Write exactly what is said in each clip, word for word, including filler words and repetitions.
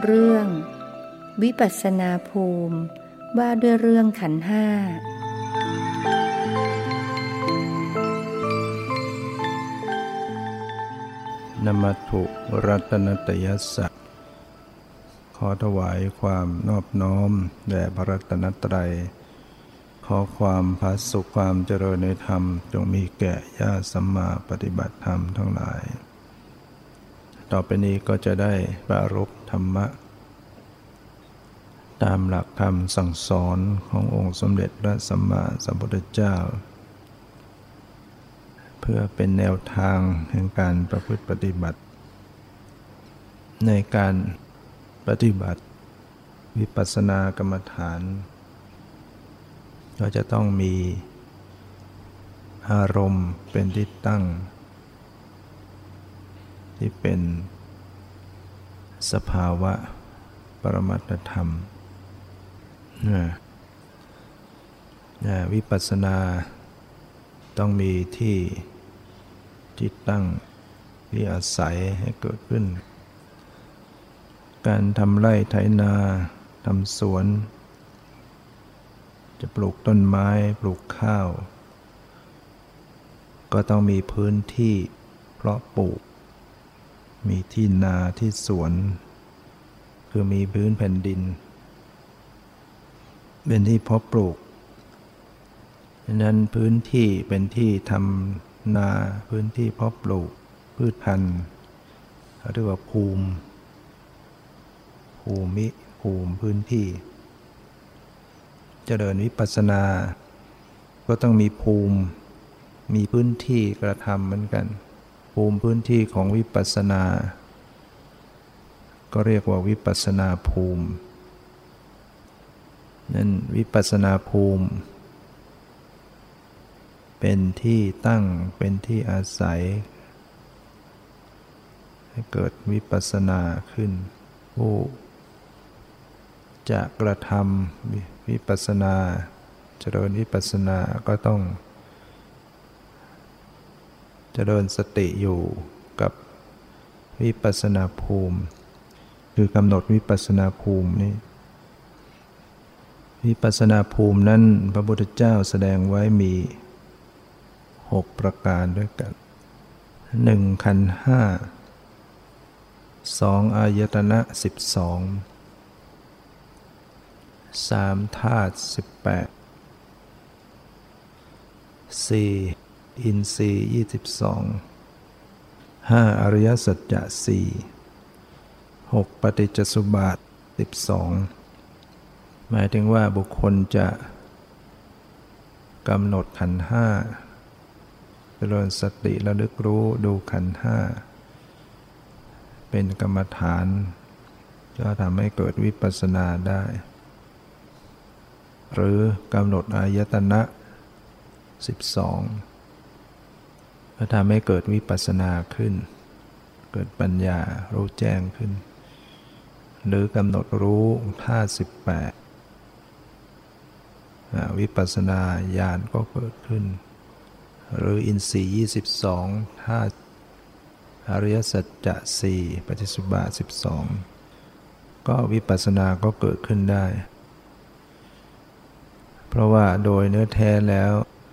เรื่องวิปัสสนาภูมิว่าด้วยเรื่องขันธ์ห้านมัตถุรัตนตยัสสะขอถวายความนอบน้อมแด่พระรัตนตรัยขอความผาสุขความเจริญในธรรมจงมีแก่ญาติสัมมาปฏิบัติธรรมทั้งหลายต่อไปนี้ก็จะได้ปรารภธรรมะตามหลักธรรมสั่งสอนขององค์สมเด็จพระสัมมาสัมพุทธเจ้าเพื่อเป็นแนวทางแห่งการประพฤติปฏิบัติในการปฏิบัติวิปัสสนากรรมฐานก็จะต้องมีอารมณ์เป็นที่ตั้งที่เป็นสภาวะปรมัตถธรรมวิปัสสนาต้องมีที่ที่ตั้งที่อาศัยให้เกิดขึ้นการทำไร่ไถนาทำสวนจะปลูกต้นไม้ปลูกข้าวก็ต้องมีพื้นที่เพาะปลูกมีที่นาที่สวนคือมีพื้นแผ่นดินเป็นที่เพาะปลูกฉะนั้นพื้นที่เป็นที่ทำนาพื้นที่เพาะปลูกพืชพันธุ์เขาเรียกว่าภูมิภูมิภูมิพื้นที่เจริญวิปัสสนาก็ต้องมีภูมิมีพื้นที่กระทำเหมือนกันภูมิพื้นที่ของวิปัสสนาก็เรียกว่าวิปัสสนาภูมินั้นวิปัสสนาภูมิเป็นที่ตั้งเป็นที่อาศัยให้เกิดวิปัสสนาขึ้นผู้จะกระทำวิปัสสนาเจริญวิปัสสนาก็ต้องเจริญสติอยู่กับวิปัสสนาภูมิคือกำหนดวิปัสสนาภูมินี้วิปัสสนาภูมินั้นพระพุทธเจ้าแสดงไว้มีหกประการด้วยกันหนึ่งขันธ์ห้าสองอายตนะสิบสองสามธาตุสิบแปดสี่อินทรีย์ยี่สิบสองห้าอริยสัจจะสี่หกปฏิจจสุบาทสิบสองหมายถึงว่าบุคคลจะกำหนดขันธ์ห้าเจริญสติระลึกรู้ดูขันธ์ห้าเป็นกรรมฐานก็ทำให้เกิดวิปัสสนาได้หรือกำหนดอายตนะสิบสองก็ทำให้เกิดวิปัสสนาขึ้นเกิดปัญญารู้แจ้งขึ้นหรือกำหนดรู้ธาตุสิบแปดวิปัสสนาญาณก็เกิดขึ้นหรืออินทรีย์ยี่สิบสองธาตุอริยสัจจะสี่ปฏิจจสุบาทสิบสองก็วิปัสสนาก็เกิดขึ้นได้เพราะว่าโดยเนื้อแท้แล้ว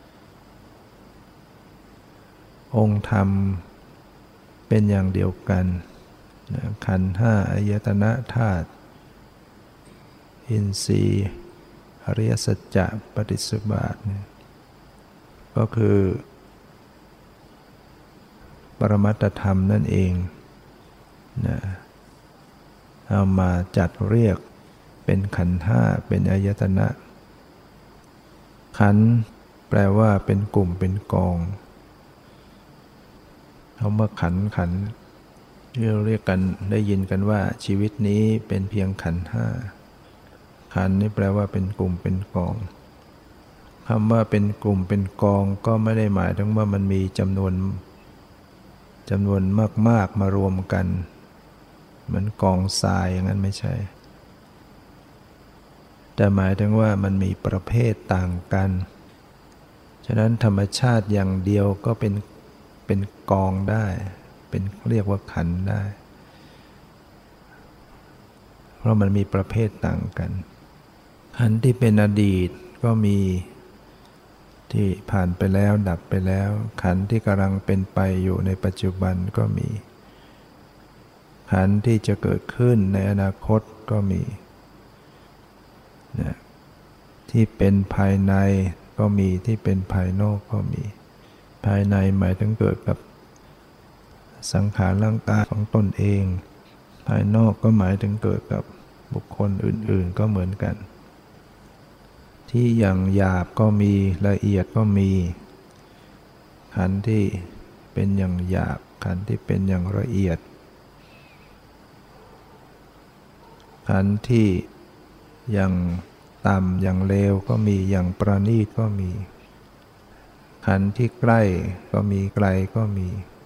องค์ธรรมเป็นอย่างเดียวกันขันธ์ห้าอายตนะธาตุอินทรีย์อริยสัจจะปฏิจจสุบาทก็คือปรมัตถธรรมนั่นเองนะเอามาจัดเรียกเป็นขันธ์ห้าเป็นอายตนะขันธ์แปลว่าเป็นกลุ่มเป็นกองคำว่าขันธ์ขันธ์ที่เราเรียกกันได้ยินกันว่าชีวิตนี้เป็นเพียงขันธ์ห้าขันธ์นี่แปลว่าเป็นกลุ่มเป็นกองคำว่าเป็นกลุ่มเป็นกองก็ไม่ได้หมายถึงว่ามันมีจำนวนจำนวนมากๆมารวมกันเหมือนกองทรายอย่างนั้นไม่ใช่แต่หมายถึงว่ามันมีประเภทต่างกันฉะนั้นธรรมชาติอย่างเดียวก็เป็นเป็นกองได้เป็นเรียกว่าขันธ์ได้เพราะมันมีประเภทต่างกันขันธ์ที่เป็นอดีตก็มีที่ผ่านไปแล้วดับไปแล้วขันธ์ที่กำลังเป็นไปอยู่ในปัจจุบันก็มีขันธ์ที่จะเกิดขึ้นในอนาคตก็มีนะที่เป็นภายในก็มีที่เป็นภายนอกก็มีภายในหมายถึงเกิดกับสังขารร่างกายของตนเองภายนอกก็หมายถึงเกิดกับบุคคลอื่นๆก็เหมือนกันที่อย่างหยาบก็มีละเอียดก็มีขันธ์ที่เป็นอย่างหยาบขันธ์ที่เป็นอย่างละเอียดขันธ์ที่อย่างต่ำอย่างเลวก็มีอย่างประณีตก็มีขันธ์ที่ใกล้ก็มีไกลก็มี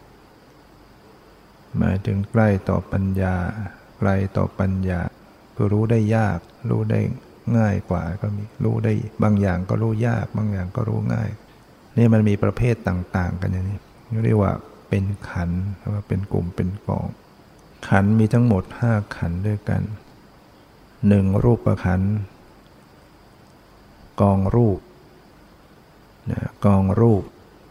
หมายถึงใกล้ต่อปัญญาไกลต่อปัญญาก็รู้ได้ยากรู้ได้ง่ายกว่าก็มีรู้ได้บางอย่างก็รู้ยากบางอย่างก็รู้ง่ายนี่มันมีประเภทต่างๆกันอย่างนี้เรียกว่าเป็นขันธ์หรือว่าเป็นกลุ่มเป็นกองขันธ์มีทั้งหมดห้าขันธ์ด้วยกันหนึ่งรูปขันธ์กองรูปนะกองรูป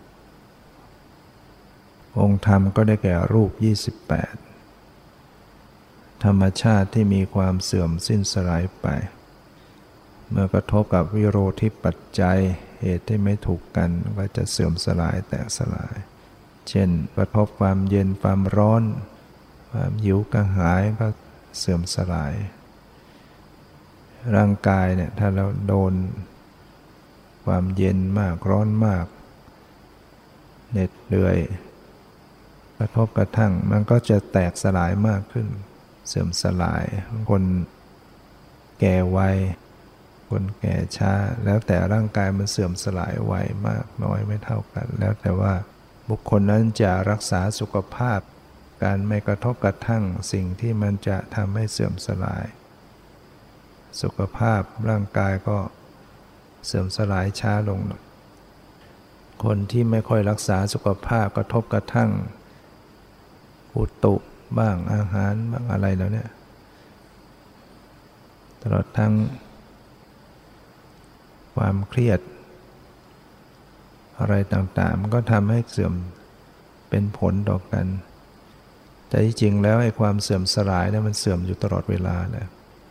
องค์ธรรมก็ได้แก่รูปยี่สิบแปดธรรมชาติที่มีความเสื่อมสิ้นสลายไปเมื่อกระทบกับวิโรธิปัจจัยเหตุที่ไม่ถูกกันก็จะเสื่อมสลายแตกสลายเช่นกระทบความเย็นความร้อนความหิวกระหายก็เสื่อมสลายร่างกายเนี่ยถ้าเราโดนความเย็นมากร้อนมากเหน็ดเหนื่อยกระทบกระทั่งมันก็จะแตกสลายมากขึ้นเสื่อมสลายคนแก่วัยคนแก่ช้าแล้วแต่ร่างกายมันเสื่อมสลายไวมากน้อยไม่เท่ากันแล้วแต่ว่าบุคคลนั้นจะรักษาสุขภาพการไม่กระทบกระทั่งสิ่งที่มันจะทำให้เสื่อมสลายสุขภาพร่างกายก็เสื่อมสลายช้าลงคนที่ไม่ค่อยรักษาสุขภาพกระทบกระทั่งอุตุบ้างอาหารบ้างอะไรแล้วเนี่ยตลอดทั้งความเครียดอะไรต่างๆมันก็ทำให้เสื่อมเป็นผลต่อกันแต่ที่จริงแล้วไอ้ความเสื่อมสลายเนี่ยมันเสื่อมอยู่ตลอดเวลาเลย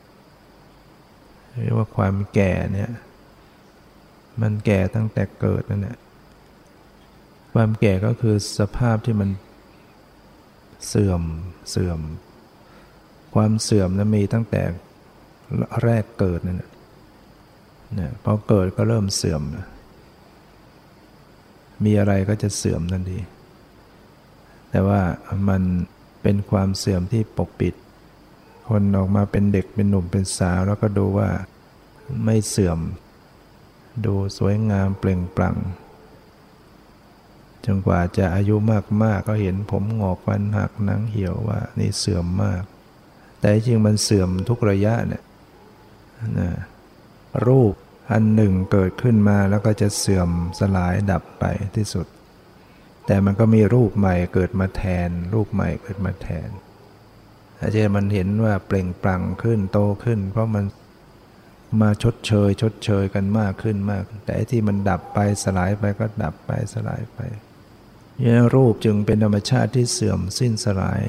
เรียกว่าความแก่เนี่ยมันแก่ตั้งแต่เกิดนั่นแหละความแก่ก็คือสภาพที่มันเสื่อมเสื่อมความเสื่อมนั้นมีตั้งแต่แรกเกิดนั่นแหละเนี่ยพอเกิดก็เริ่มเสื่อมมีอะไรก็จะเสื่อมทันทีแต่ว่ามันเป็นความเสื่อมที่ปกปิดคนออกมาเป็นเด็กเป็นหนุ่มเป็นสาวแล้วก็ดูว่าไม่เสื่อมดูสวยงามเปล่งปลั่งจนกว่าจะอายุมากๆก็เห็นผมงอกฟันหักหนังเหี่ยวว่านี่เสื่อมมากแต่จริงมันเสื่อมทุกระยะเนี่ยนะรูปอันหนึ่งเกิดขึ้นมาแล้วก็จะเสื่อมสลายดับไปที่สุดแต่มันก็มีรูปใหม่เกิดมาแทนรูปใหม่เกิดมาแทนอาจารย์มันเห็นว่าเปล่งปลั่งขึ้นโตขึ้นเพราะมันมาชดเชยชดเชยกันมากขึ้นมากแต่ที่มันดับไปสลายไปก็ดับไปสลายไปเนี่ยรูปจึงเป็นธรรมชาติที่เสื่อมสิ้นสลาย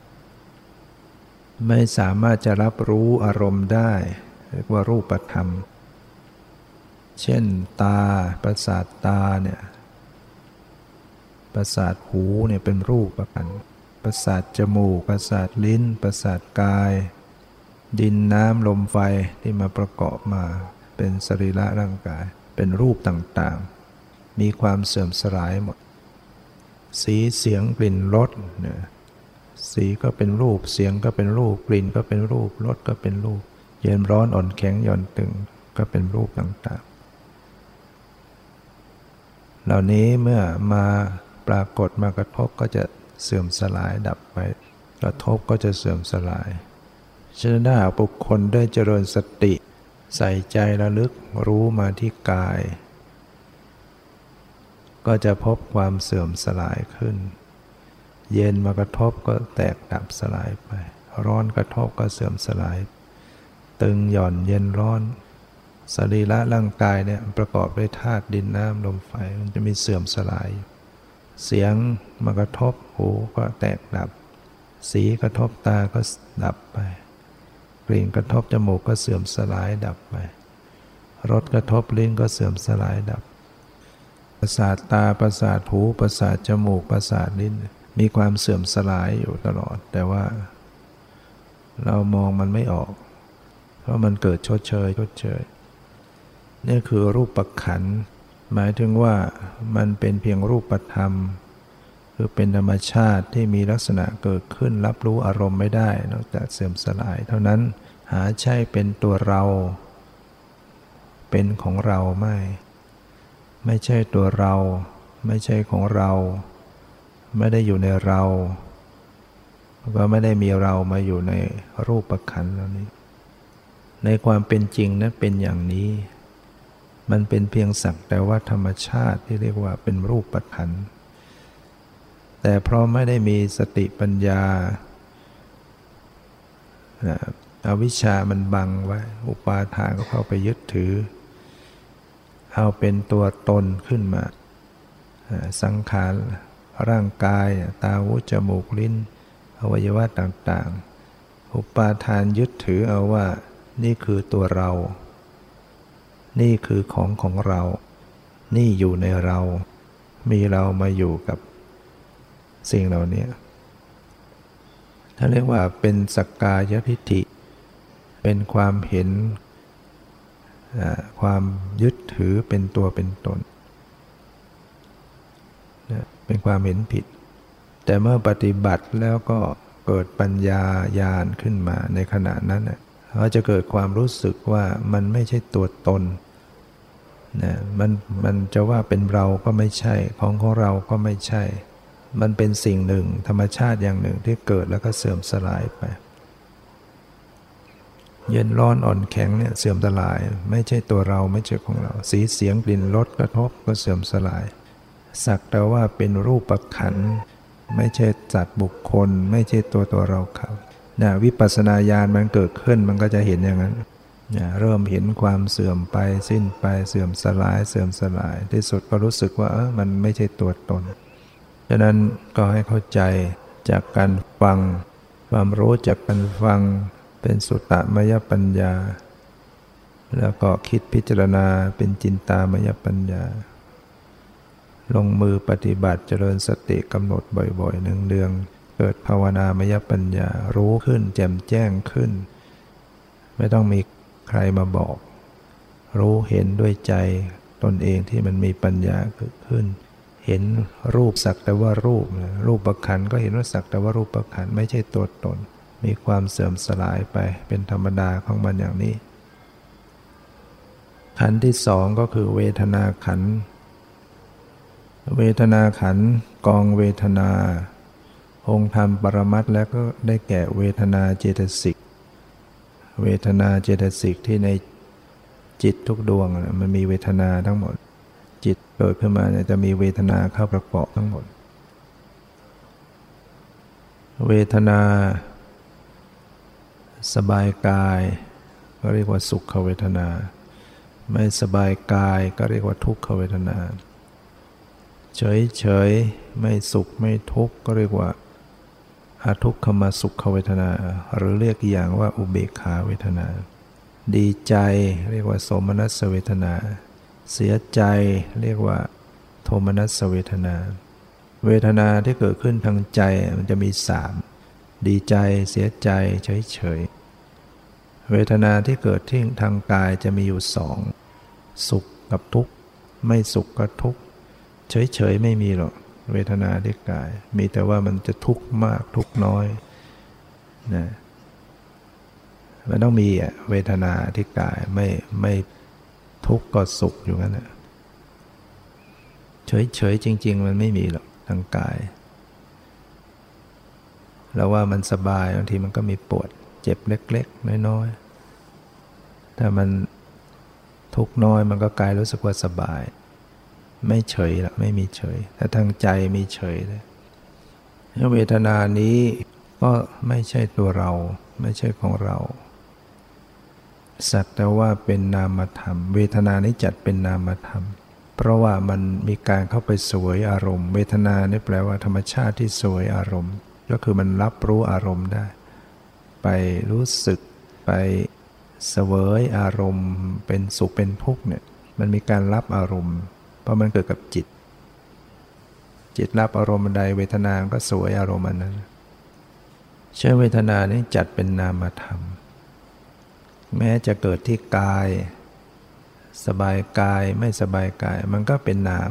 ไม่สามารถจะรับรู้อารมณ์ได้เรียกว่ารูปธรรมเช่นตาประสาทตาเนี่ยประสาทหูเนี่ยเป็นรูปประกันประสาทจมูกประสาทลิ้นประสาทกายดินน้ำลมไฟที่มาประกอบมาเป็นสรีระร่างกายเป็นรูปต่างๆมีความเสื่อมสลายหมดสีเสียงกลิ่นรสเนี่ยสีก็เป็นรูปเสียงก็เป็นรูปกลิ่นก็เป็นรูปรสก็เป็นรูปเย็นร้อนอ่อนแข็งหย่อนตึงก็เป็นรูปต่างๆเหล่านี้เมื่อมาปรากฏมากระทบก็จะเสื่อมสลายดับไปกระทบก็จะเสื่อมสลายฉะนั้นถ้าหากบุคคลได้เจริญสติใส่ใจระลึกรู้มาที่กายก็จะพบความเสื่อมสลายขึ้นเย็นมากระทบก็แตกดับสลายไปร้อนกระทบก็เสื่อมสลายตึงหย่อนเย็นร้อนสรีระร่างกายเนี่ยประกอบด้วยธาตุดินน้ำลมไฟมันจะมีเสื่อมสลายเสียงมากระทบหูก็แตกดับสีกระทบตาก็ดับไปกลิ่นกระทบจมูกก็เสื่อมสลายดับไปรสกระทบลิ้นก็เสื่อมสลายดับประสาทตาประสาทหูประสาทจมูกประสาทลิ้นมีความเสื่อมสลายอยู่ตลอดแต่ว่าเรามองมันไม่ออกเพราะมันเกิดชดเชยชดเชยนี่คือรูปขันธ์หมายถึงว่ามันเป็นเพียงรูปธรรมคือเป็นธรรมชาติที่มีลักษณะเกิดขึ้นรับรู้อารมณ์ไม่ได้นอกจากเสื่อมสลายเท่านั้นหาใช่เป็นตัวเราเป็นของเราไม่ไม่ใช่ตัวเราไม่ใช่ของเราไม่ได้อยู่ในเราก็ไม่ได้มีเรามาอยู่ในรูปขันธ์เหล่านี้ในความเป็นจริงนั้นเป็นอย่างนี้มันเป็นเพียงสักแต่ว่าธรรมชาติที่เรียกว่าเป็นรูปขันธ์แต่เพราะไม่ได้มีสติปัญญาอวิชชามันบังไว้อุปาทานก็เข้าไปยึดถือเอาเป็นตัวตนขึ้นมาสังขารร่างกายตาหูจมูกลิ้นอวัยวะต่างๆอุปาทานยึดถือเอาว่านี่คือตัวเรานี่คือของของเรานี่อยู่ในเรามีเรามาอยู่กับสิ่งเหล่านี้ท่านเรียกว่าเป็นสักกายทิฏฐิเป็นความเห็นความยึดถือเป็นตัวเป็นตนเป็นความเห็นผิดแต่เมื่อปฏิบัติแล้วก็เกิดปัญญาญาณขึ้นมาในขณะนั้นเขาจะเกิดความรู้สึกว่ามันไม่ใช่ตัวตนนะมันมันจะว่าเป็นเราก็ไม่ใช่ของของเราก็ไม่ใช่มันเป็นสิ่งหนึ่งธรรมชาติอย่างหนึ่งที่เกิดแล้วก็เสื่อมสลายไปเย็นร้อนอ่อนแข็งเนี่ยเสื่อมสลายไม่ใช่ตัวเราไม่ใช่ของเราสีเสียงกลิ่นรสกระทบก็เสื่อมสลายสักแต่ว่าเป็นรูปขันธ์ไม่ใช่จัดบุคคลไม่ใช่ตัวตัวเราเขานะวิปัสสนาญาณมันเกิดขึ้นมันก็จะเห็นอย่างนั้นนะเริ่มเห็นความเสื่อมไปสิ้นไปเสื่อมสลายเสื่อมสลายที่สุดก็รู้สึกว่าเออมันไม่ใช่ตัวตนฉะนั้นก็ให้เข้าใจจากการฟังความรู้จากการฟังเป็นสุตตมยปัญญาแล้วก็คิดพิจารณาเป็นจินตามยปัญญาลงมือปฏิบัติเจริญสติกำหนดบ่อยๆเนืองๆเกิดภาวนามยปัญญารู้ขึ้นแจ่มแจ้งขึ้นไม่ต้องมีใครมาบอกรู้เห็นด้วยใจตนเองที่มันมีปัญญาเกิดขึ้นเห็นรูปสักแต่ว่ารูปรูปขันธ์ก็เห็นว่าสักแต่ว่ารูปขันธ์ไม่ใช่ตัวตนมีความเสื่อมสลายไปเป็นธรรมดาของมันอย่างนี้ขันธ์ที่สองก็คือเวทนาขันธ์เวทนาขันธ์กองเวทนาองค์ธรรมปรมัตถ์แล้วก็ได้แก่เวทนาเจตสิกเวทนาเจตสิกที่ในจิตทุกดวงมันมีเวทนาทั้งหมดจิตเกิดขึ้นมาเนี่ยจะมีเวทนาเข้าประกอบทั้งหมดเวทนาสบายกายก็เรียกว่าสุขเวทนาไม่สบายกายก็เรียกว่าทุกขเวทนาเฉยๆไม่สุขไม่ทุกข์ก็เรียกว่าอทุกขมสุขเวทนาหรือเรียกอีกอย่างว่าอุเบกขาเวทนาดีใจเรียกว่าโสมนัสเวทนาเสียใจเรียกว่าโทมนัสเวทนาเวทนาที่เกิดขึ้นทางใจมันจะมีสามดีใจเสียใจเฉยๆเวทนาที่เกิดที่ทางกายจะมีอยู่สองสุขกับทุกข์ไม่สุขกับทุกข์เฉยๆไม่มีหรอกเวทนาที่กายมีแต่ว่ามันจะทุกข์มากทุกข์น้อยนะมันต้องมีอ่ะเวทนาที่กายไม่ไม่ทุกข์ก็สุขอยู่งั้นน่ะเฉยๆจริงๆมันไม่มีหรอกทางกายแล้วว่ามันสบายบางทีมันก็มีปวดเจ็บเล็กๆน้อยๆถ้ามันทุกข์น้อยมันก็กายรู้สึกว่าสบายไม่เฉยละไม่มีเฉยแต่ทางใจมีเฉยเลยเวทนานี้ก็ไม่ใช่ตัวเราไม่ใช่ของเราสักแต่ว่าเป็นนามธรรมเวทนานี้จัดเป็นนามธรรมเพราะว่ามันมีการเข้าไปเสวยอารมณ์เวทนานี่แปลว่าธรรมชาติที่เสวยอารมณ์ก็คือมันรับรู้อารมณ์ได้ไปรู้สึกไปเสวยอารมณ์เป็นสุขเป็นทุกข์เนี่ยมันมีการรับอารมณ์เพราะมันเกิดกับจิตจิตรับอารมณ์ใดเวทนาก็เสวยอารมณ์อันนั้นใช้เวทนานี้จัดเป็นนามธรรมแม้จะเกิดที่กายสบายกายไม่สบายกายมันก็เป็นนาม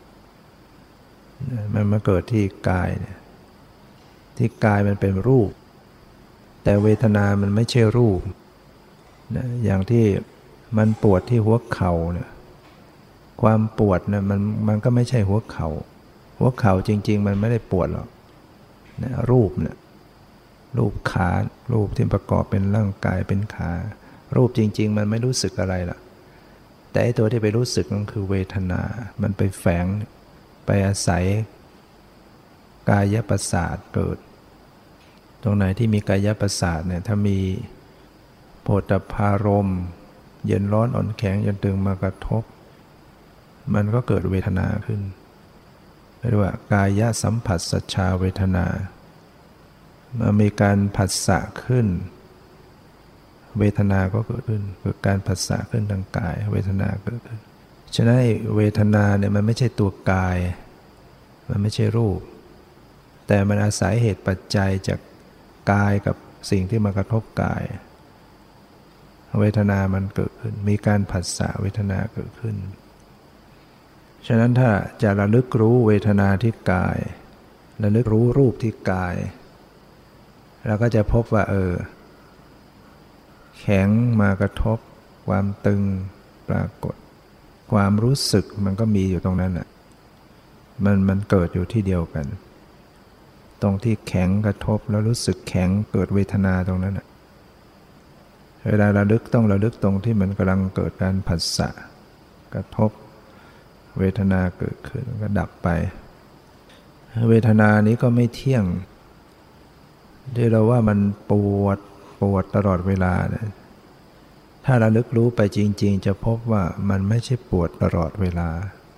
มันมาเกิดที่กายเนี่ยที่กายมันเป็นรูปแต่เวทนามันไม่ใช่รูปนะอย่างที่มันปวดที่หัวเข่าเนี่ยความปวดเนี่ยมันมันก็ไม่ใช่หัวเข่าหัวเข่าจริงๆมันไม่ได้ปวดหรอกนะรูปเนี่ยรูปขารูปที่ประกอบเป็นร่างกายเป็นขารูปจริงๆมันไม่รู้สึกอะไรหรอกแต่ไอ้ตัวที่ไปรู้สึกนั่นคือเวทนามันไปแฝงไปอาศัยกายประสาทเกิดตรงไหนที่มีกายประสาทเนี่ยถ้ามีโผฏฐัพพารมณ์เย็นร้อนอ่อนแข็งเย็นตึงมากระทบมันก็เกิดเวทนาขึ้นเรียกว่ากายสัมผัสสัชชาเวทนาเมื่อมีการผัสสะขึ้นเวทนาก็เกิดขึ้นเกิดการผัสสะขึ้นทางกายเวทนาเกิดขึ้นฉะนั้นเวทนาเนี่ยมันไม่ใช่ตัวกายมันไม่ใช่รูปแต่มันอาศัยเหตุปัจจัยจากกายกับสิ่งที่มากระทบกายเวทนามันเกิดขึ้นมีการผัสสะเวทนาเกิดขึ้นฉะนั้นถ้าจะระลึกรู้เวทนาที่กายระลึกรู้รูปที่กายเราก็จะพบว่าเออแข็งมากระทบความตึงปรากฏความรู้สึกมันก็มีอยู่ตรงนั้นแหละมันมันเกิดอยู่ที่เดียวกันตรงที่แข็งกระทบแล้วรู้สึกแข็งเกิดเวทนาตรงนั้นน่ะเวลาระลึกต้องระลึกตรงที่มันกำลังเกิดการผัสสะกระทบเวทนาเกิดขึ้นก็ดับไปเวทนานี้ก็ไม่เที่ยงที่เราว่ามันปวดปวดตลอดเวลาเนี่ยถ้าระลึกรู้ไปจริงๆจะพบว่ามันไม่ใช่ปวดตลอดเวลา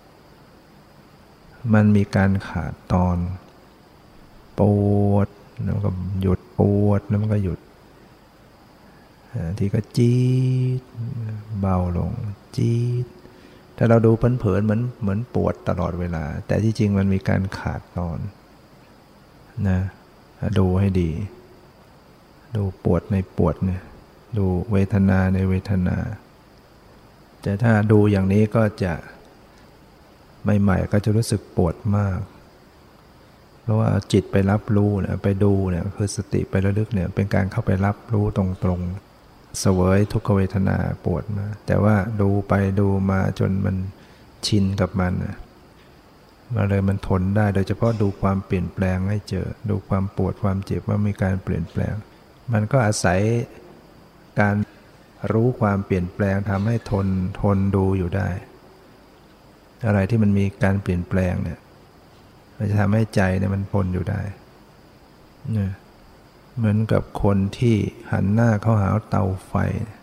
มันมีการขาดตอนปวดแล้วก็หยุดปวดแล้วมันก็หยุดทีก็จี๊ดเบาลงจี๊ดถ้าเราดูเผลอๆเหมือนเหมือนปวดตลอดเวลาแต่ที่จริงมันมีการขาดตอนนะดูให้ดีดูปวดในปวดเนี่ยดูเวทนาในเวทนาแต่ถ้าดูอย่างนี้ก็จะใหม่ๆก็จะรู้สึกปวดมากเพราะว่าจิตไปรับรู้เนี่ยไปดูเนี่ยคือสติไประลึกเนี่ยเป็นการเข้าไปรับรู้ตรงๆเสวยทุกขเวทนาปวดมาแต่ว่าดูไปดูมาจนมันชินกับมันมาเลยมันทนได้โดยเฉพาะดูความเปลี่ยนแปลงให้เจอดูความปวดความเจ็บว่ามีการเปลี่ยนแปลงมันก็อาศัยการรู้ความเปลี่ยนแปลงทำให้ทนทนดูอยู่ได้อะไรที่มันมีการเปลี่ยนแปลงเนี่ยมันจะทำให้ใจเนี่ยมันทนอยู่ได้เนี่ยเหมือนกับคนที่หันหน้าเข้าหาเตาไฟ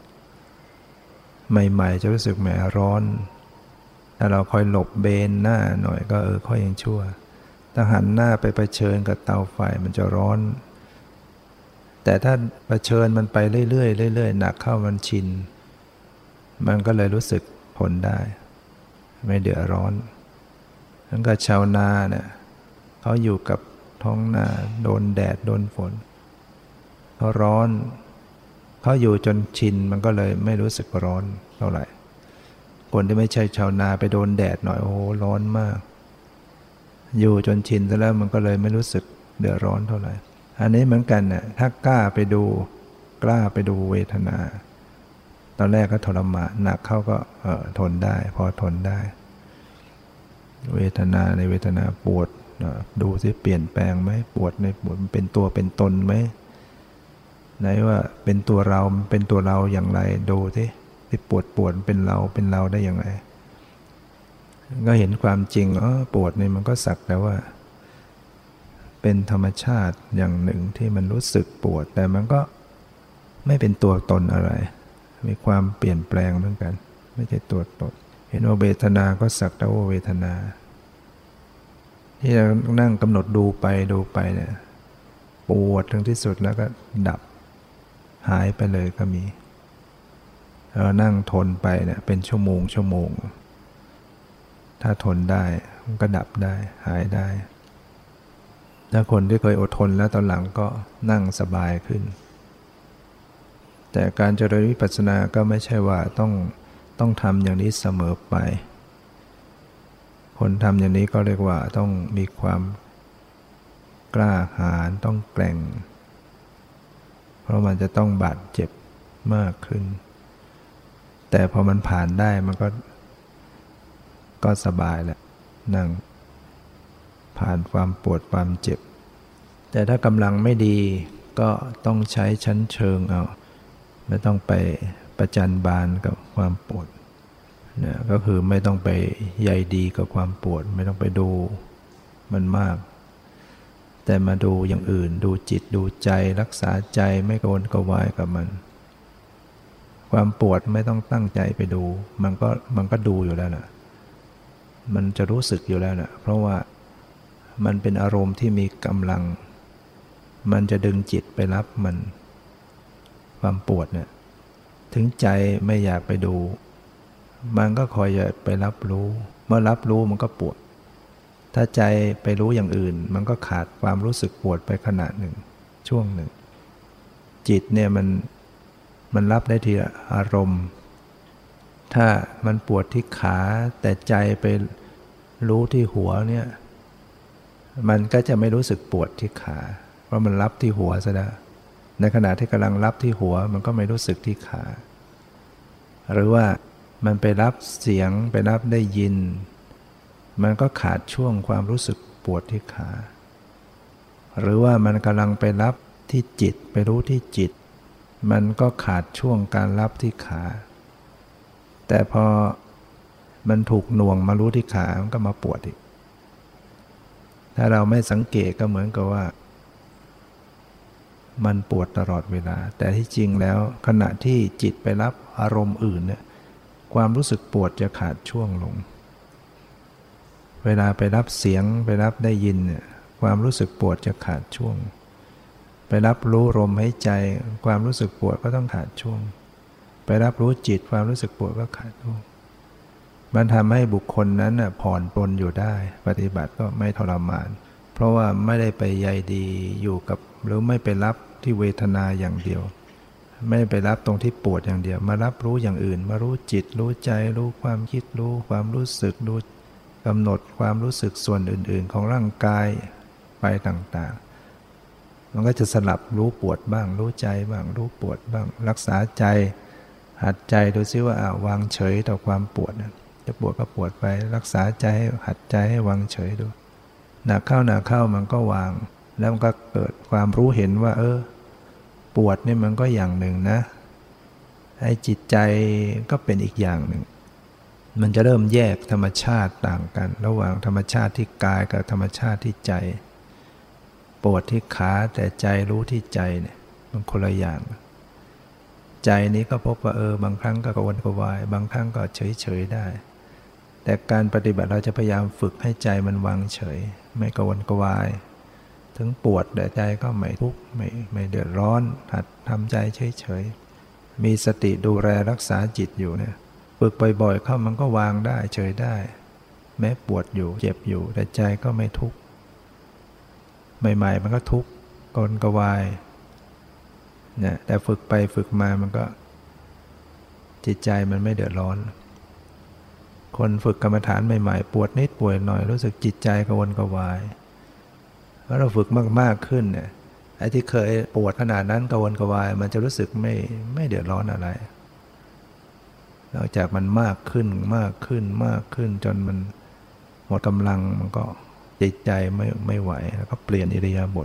ใหม่ๆจะรู้สึกแหมร้อนถ้าเราคอยหลบเบนหน้าหน่อยก็เออค่อยยังชั่วถ้าหันหน้าไปเผชิญกับเตาไฟมันจะร้อนแต่ถ้าเผชิญมันไปเรื่อยๆเรื่อยๆหนักเข้ามันชินมันก็เลยรู้สึกทนได้ไม่เดือดร้อนทั้งกับชาวนาเนี่ยเขาอยู่กับท้องนาโดนแดดโดนฝนเขาร้อนเขาอยู่จนชินมันก็เลยไม่รู้สึกร้อนเท่าไหร่คนที่ไม่ใช่ชาวนาไปโดนแดดหน่อยโอ้โหร้อนมากอยู่จนชินซะแล้วมันก็เลยไม่รู้สึกเดือดร้อนเท่าไหร่อันนี้เหมือนกันน่ะถ้ากล้าไปดูกล้าไปดูเวทนาตอนแรกก็ทรมานหนักเข้าก็เอ่อทนได้พอทนได้เวทนาในเวทนาปวดดูสิเปลี่ยนแปลงไหมปวดในปวดมันเป็นตัวเป็นตนไหมไหนว่าเป็นตัวเราเป็นตัวเราอย่างไรดูสิที่ปวดปวดเป็นเราเป็นเราได้อย่างไรก็เห็นความจริงอ๋อปวดนี่มันก็สักแต่ว่าเป็นธรรมชาติอย่างหนึ่งที่มันรู้สึกปวดแต่มันก็ไม่เป็นตัวตนอะไรมีความเปลี่ยนแปลงเหมือนกันไม่ใช่ตัวตนเห็นว่าเวทนาก็สักแต่ว่าเวทนาที่เรานั่งกำหนดดูไปดูไปเนี่ยปวดถึงที่สุดแล้วก็ดับหายไปเลยก็มีเรานั่งทนไปเนี่ยเป็นชั่วโมงชั่วโมงถ้าทนได้มันก็ดับได้หายได้ถ้าคนที่เคยอดทนแล้วตอนหลังก็นั่งสบายขึ้นแต่การเจริญวิปัสสนาก็ไม่ใช่ว่าต้องต้องทำอย่างนี้เสมอไปคนทำอย่างนี้ก็เรียกว่าต้องมีความกล้าหาญต้องแกร่งเพราะมันจะต้องบาดเจ็บมากขึ้นแต่พอมันผ่านได้มันก็ก็สบายแหละนั่งผ่านความปวดความเจ็บแต่ถ้ากำลังไม่ดีก็ต้องใช้ชั้นเชิงเอาไม่ต้องไปประจันบานกับความปวดเนี่ยก็คือไม่ต้องไปใยดีกับความปวดไม่ต้องไปดูมันมากแต่มาดูอย่างอื่นดูจิตดูใจรักษาใจไม่กระวนกระวายกับมันความปวดไม่ต้องตั้งใจไปดูมันก็มันก็ดูอยู่แล้วนะมันจะรู้สึกอยู่แล้วนะเพราะว่ามันเป็นอารมณ์ที่มีกำลังมันจะดึงจิตไปรับมันความปวดเนี่ยถึงใจไม่อยากไปดูมันก็คอยจะไปรับรู้เมื่อรับรู้มันก็ปวดถ้าใจไปรู้อย่างอื่นมันก็ขาดความรู้สึกปวดไปขณะหนึ่งช่วงหนึ่งจิตเนี่ยมันมันรับได้ทีละอารมณ์ถ้ามันปวดที่ขาแต่ใจไปรู้ที่หัวเนี่ยมันก็จะไม่รู้สึกปวดที่ขาเพราะมันรับที่หัวซะแล้วในขณะที่กำลังรับที่หัวมันก็ไม่รู้สึกที่ขาหรือว่ามันไปรับเสียงไปรับได้ยินมันก็ขาดช่วงความรู้สึกปวดที่ขาหรือว่ามันกำลังไปรับที่จิตไปรู้ที่จิตมันก็ขาดช่วงการรับที่ขาแต่พอมันถูกหน่วงมารู้ที่ขามันก็มาปวดอีกถ้าเราไม่สังเกตก็เหมือนกับว่ามันปวดตลอดเวลาแต่ที่จริงแล้วขณะที่จิตไปรับอารมณ์อื่นเนี่ยความรู้สึกปวดจะขาดช่วงลงเวลาไปรับเสียงไปรับได้ยินเนี่ยความรู้สึกปวดจะขาดช่วงไปรับรู้ลมหายใจความรู้สึกปวดก็ต้องขาดช่วงไปรับรู้จิตความรู้สึกปวดก็ขาดช่วงมันทำให้บุคคลนั้นน่ะผ่อนปลนอยู่ได้ปฏิบัติก็ไม่ทรมานเพราะว่าไม่ได้ไปใยดีอยู่กับหรือไม่ไปรับที่เวทนาอย่างเดียวไม่ไปรับตรงที่ปวดอย่างเดียวมารับรู้อย่างอื่นมารู้จิตรู้ใจรู้ความคิดรู้ความรู้สึกรู้กำหนดความรู้สึกส่วนอื่นๆของร่างกายไปต่างๆมันก็จะสลับรู้ปวดบ้างรู้ใจบ้างรู้ปวดบ้างรักษาใจหัดใจดูซิว่าอ่าวางเฉยต่อความปวดจะปวดก็ปวดไปรักษาใจให้หัดใจให้วางเฉยดูหนักเข้าหนักเข้ามันก็วางแล้วมันก็เกิดความรู้เห็นว่าเออปวดนี่มันก็อย่างหนึ่งนะไอ้จิตใจก็เป็นอีกอย่างหนึ่งมันจะเริ่มแยกธรรมชาติต่างกันระหว่างธรรมชาติที่กายกับธรรมชาติที่ใจปวดที่ขาแต่ใจรู้ที่ใจเนี่ยมันคนละอย่างใจนี้ก็พบว่าเออบางครั้งก็กระวนกระวายบางครั้งก็เฉยเฉยได้แต่การปฏิบัติเราจะพยายามฝึกให้ใจมันวางเฉยไม่กระวนกระวายถึงปวดแต่ใจก็ไม่ทุกข์ไม่ไม่เดือดร้อนหัดทำใจเฉยๆมีสติดูแลรักษาจิตอยู่เนี่ยฝึกบ่อยๆเข้ามันก็วางได้เฉยได้แม้ปวดอยู่เจ็บอยู่แต่ใจก็ไม่ทุกข์ใหม่ๆมันก็ทุกข์กระวนกระวายเนี่ยแต่ฝึกไปฝึกมามันก็จิตใจมันไม่เดือดร้อนคนฝึกกรรมฐานใหม่ๆปวดนิดปวดหน่อยรู้สึกจิตใจกระวนกระวายแล้วเราฝึกมากๆขึ้นเนี่ยไอ้ที่เคยปวดขนาดนั้นกระวนกระวายมันจะรู้สึกไม่ไม่เดือดร้อนอะไรนอกจากมันมากขึ้นมากขึ้นมากขึ้นจนมันหมดกำลังมันก็จิตใจไม่ไม่ไหวแล้วก็เปลี่ยนอิริยาบถ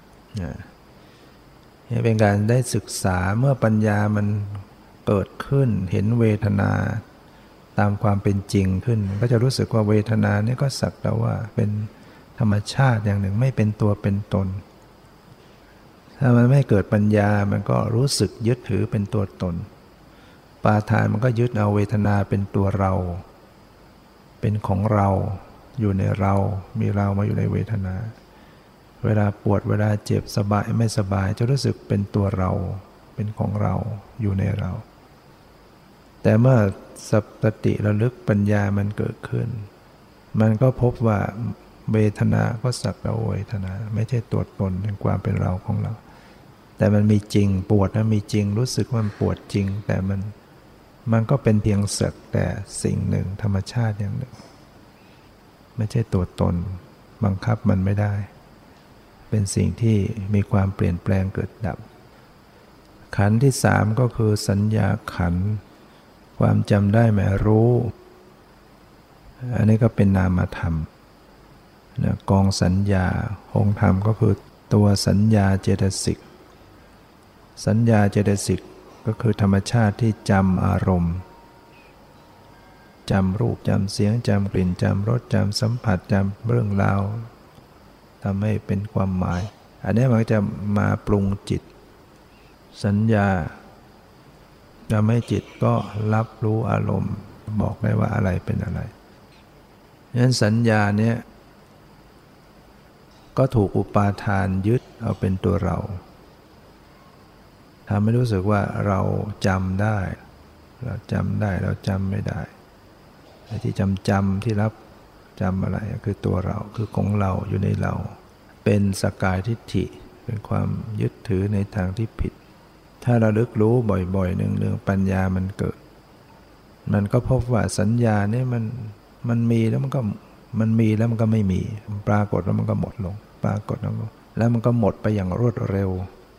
นี่เป็นการได้ศึกษาเมื่อปัญญามันเกิดขึ้นเห็นเวทนาตามความเป็นจริงขึ้นก็จะรู้สึกว่าเวทนานี่ก็สักแต่ว่าเป็นธรรมชาติอย่างหนึ่งไม่เป็นตัวเป็นตนถ้ามันไม่เกิดปัญญามันก็รู้สึกยึดถือเป็นตัวตนปาทานมันก็ยึดเอาเวทนาเป็นตัวเราเป็นของเราอยู่ในเรามีเรามาอยู่ในเวทนาเวลาปวดเวลาเจ็บสบายไม่สบายจะรู้สึกเป็นตัวเราเป็นของเราอยู่ในเราแต่เมื่อสติระลึกปัญญามันเกิดขึ้นมันก็พบว่าเวทนาก็สักแต่เวทนาไม่ใช่ตัวตนเป็นความเป็นเราของเราแต่มันมีจริงปวดนะมีจริงรู้สึกว่ามันปวดจริงแต่มันมันก็เป็นเพียงสักแต่สิ่งหนึ่งธรรมชาติอย่างหนึ่งไม่ใช่ตัวตนบังคับมันไม่ได้เป็นสิ่งที่มีความเปลี่ยนแปลงเกิดดับขันธ์ที่สามก็คือสัญญาขันธ์ความจำได้หมายรู้อันนี้ก็เป็นนามธรรมนะกองสัญญาองค์ธรรมก็คือตัวสัญญาเจตสิกสัญญาเจตสิกก็คือธรรมชาติที่จำอารมณ์จำรูปจำเสียงจำกลิ่นจำรสจำสัมผัสจำเรื่องราวทำให้เป็นความหมายอันนี้มันจะมาปรุงจิตสัญญาทำให้จิตก็รับรู้อารมณ์บอกได้ว่าอะไรเป็นอะไรฉะนั้นสัญญาเนี่ยก็ถูกอุปาทานยึดเอาเป็นตัวเราทำให้รู้สึกว่าเราจำได้เราจำได้เราจำไม่ได้ที่จำจำที่รับจำอะไรคือตัวเราคือของเราอยู่ในเราเป็นสกายทิฏฐิเป็นความยึดถือในทางที่ผิดถ้าเราลึกรู้บ่อยๆเนืองๆปัญญามันเกิดมันก็พบว่าสัญญาเนี่ยมันมันมีแล้วมันก็มันมีแล้วมันก็ไม่มีปรากฏแล้วมันก็หมดลงปรากฏแล้วแล้วมันก็หมดไปอย่างรวดเร็ว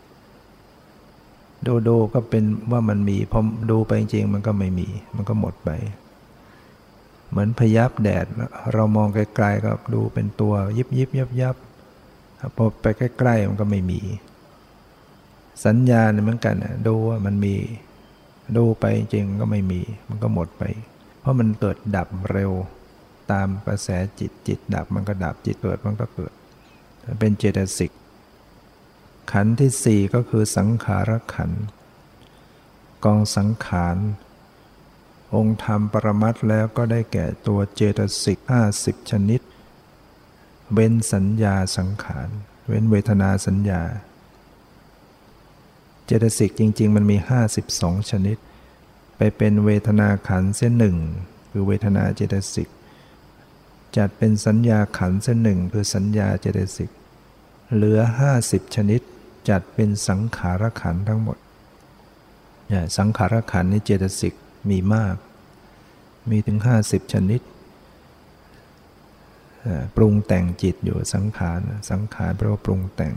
ดูดูก็เป็นว่ามันมีพอดูไปจริงๆมันก็ไม่มีมันก็หมดไปเหมือนพยับแดดเรามองไกลๆก็ดูเป็นตัวยิบยิบยับยับพอไปใกล้ๆมันก็ไม่มีสัญญาเหมือนกันดูว่ามันมีดูไปจริงก็ไม่มีมันก็หมดไปเพราะมันเกิดดับเร็วตามกระแสจิตจิตดับมันก็ดับจิตเกิดมันก็เกิดเป็นเจตสิกขันธ์ที่สี่ก็คือสังขารขันธ์กองสังขารองค์ธรรมปรมัตถ์แล้วก็ได้แก่ตัวเจตสิกห้าสิบชนิดเว้นสัญญาสังขารเว้นเวทนาสัญญาเจตสิกจริงๆมันมีห้าสิบสองชนิดไปเป็นเวทนาขันธ์เส้นหนึ่งคือเวทนาเจตสิกจัดเป็นสัญญาขันธ์เส้นหนึ่งคือสัญญาเจตสิกเหลือห้าสิบชนิดจัดเป็นสังขารขันธ์ทั้งหมดเนี่ยสังขารขันธ์นี่เจตสิกมีมากมีถึงห้าสิบชนิดปรุงแต่งจิตอยู่สังขารสังขารแปลว่าปรุงแต่ง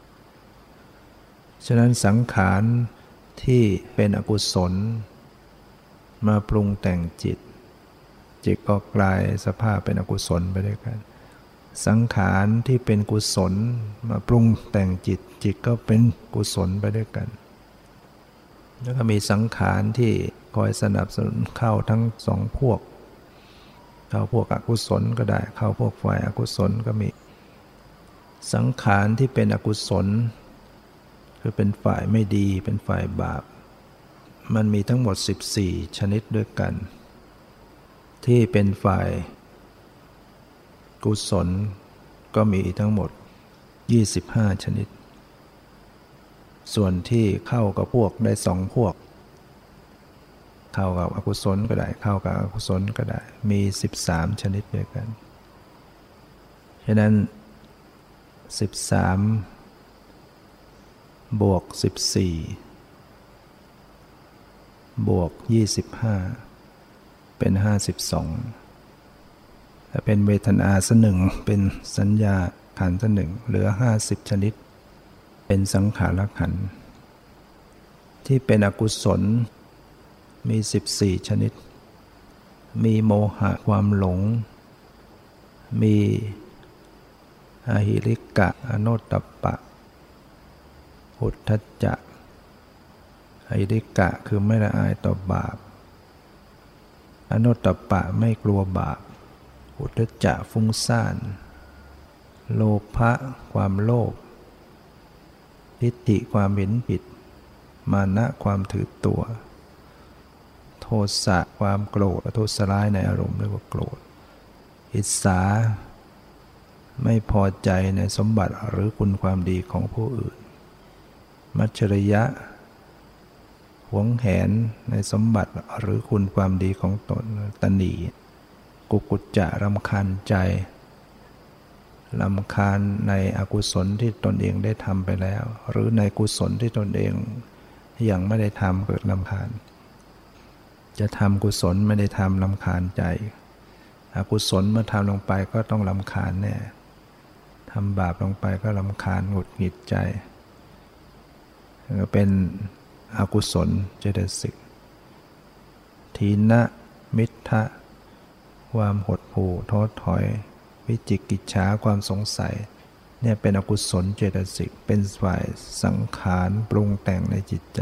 ฉะนั้นสังขารที่เป็นอกุศลมาปรุงแต่งจิตจิตก็กลายสภาพเป็นอกุศลไปด้วยกันสังขารที่เป็นกุศลมาปรุงแต่งจิตจิตก็เป็นกุศลไปด้วยกันแล้วก็มีสังขารที่คอยสนับสนุนเข้าทั้งสองพวกเข้าพวกอกุศลก็ได้เข้าพวกฝ่ายอกุศลก็มีสังขารที่เป็นอกุศลคือเป็นฝ่ายไม่ดีเป็นฝ่ายบาปมันมีทั้งหมดสิบสี่ชนิดด้วยกันที่เป็นฝ่ายกุศลก็มีทั้งหมดยี่สิบห้าชนิดส่วนที่เข้ากับพวกได้สองพวกเข้ากับอกุศลก็ได้เข้ากับอกุศลก็ได้มีสิบสามชนิดด้วยกันฉะนั้นสิบสามบวกสิบสี่บวกยี่สิบห้าเป็นห้าสิบสองถ้าเป็นเวทนาสักหนึ่งเป็นสัญญาขันธ์สักหนึ่งเหลือห้าสิบชนิดเป็นสังขารขันธ์ที่เป็นอกุศลมีสิบสี่ชนิดมีโมหะความหลงมีอหิริกะอโนตตัปปะอุทธัจจะอหิริกะคือไม่ละอายต่อบาปอโนตตัปปะไม่กลัวบาปอุทธัจจะฟุ้งซ่านโลภะความโลภทิฏฐิความเห็นผิดมานะความถือตัวโทสะความโกรธประทุษร้ายในอารมณ์เรียกว่าโกรธอิจฉาไม่พอใจในสมบัติหรือคุณความดีของผู้อื่นมัจฉริยะหวงแหนในสมบัติหรือคุณความดีของตนตณีกุกุจจะรำคาญใจรำคาญในอกุศลที่ตนเองได้ทำไปแล้วหรือในกุศลที่ตนเองยังไม่ได้ทำเกิดรำคาญจะทำกุศลไม่ได้ทำรำคาญใจอกุศลเมื่อทำลงไปก็ต้องรำคาญแน่ทำบาปลงไปก็รำคาญหงุดหงิดใจก็เป็นอกุศลเจตสิกทีนะมิทธะความหดหู่ท้อถอยวิจิกิจฉาความสงสัยเนี่ยเป็นอกุศลเจตสิกเป็นฝ่ายสังขารปรุงแต่งในจิตใจ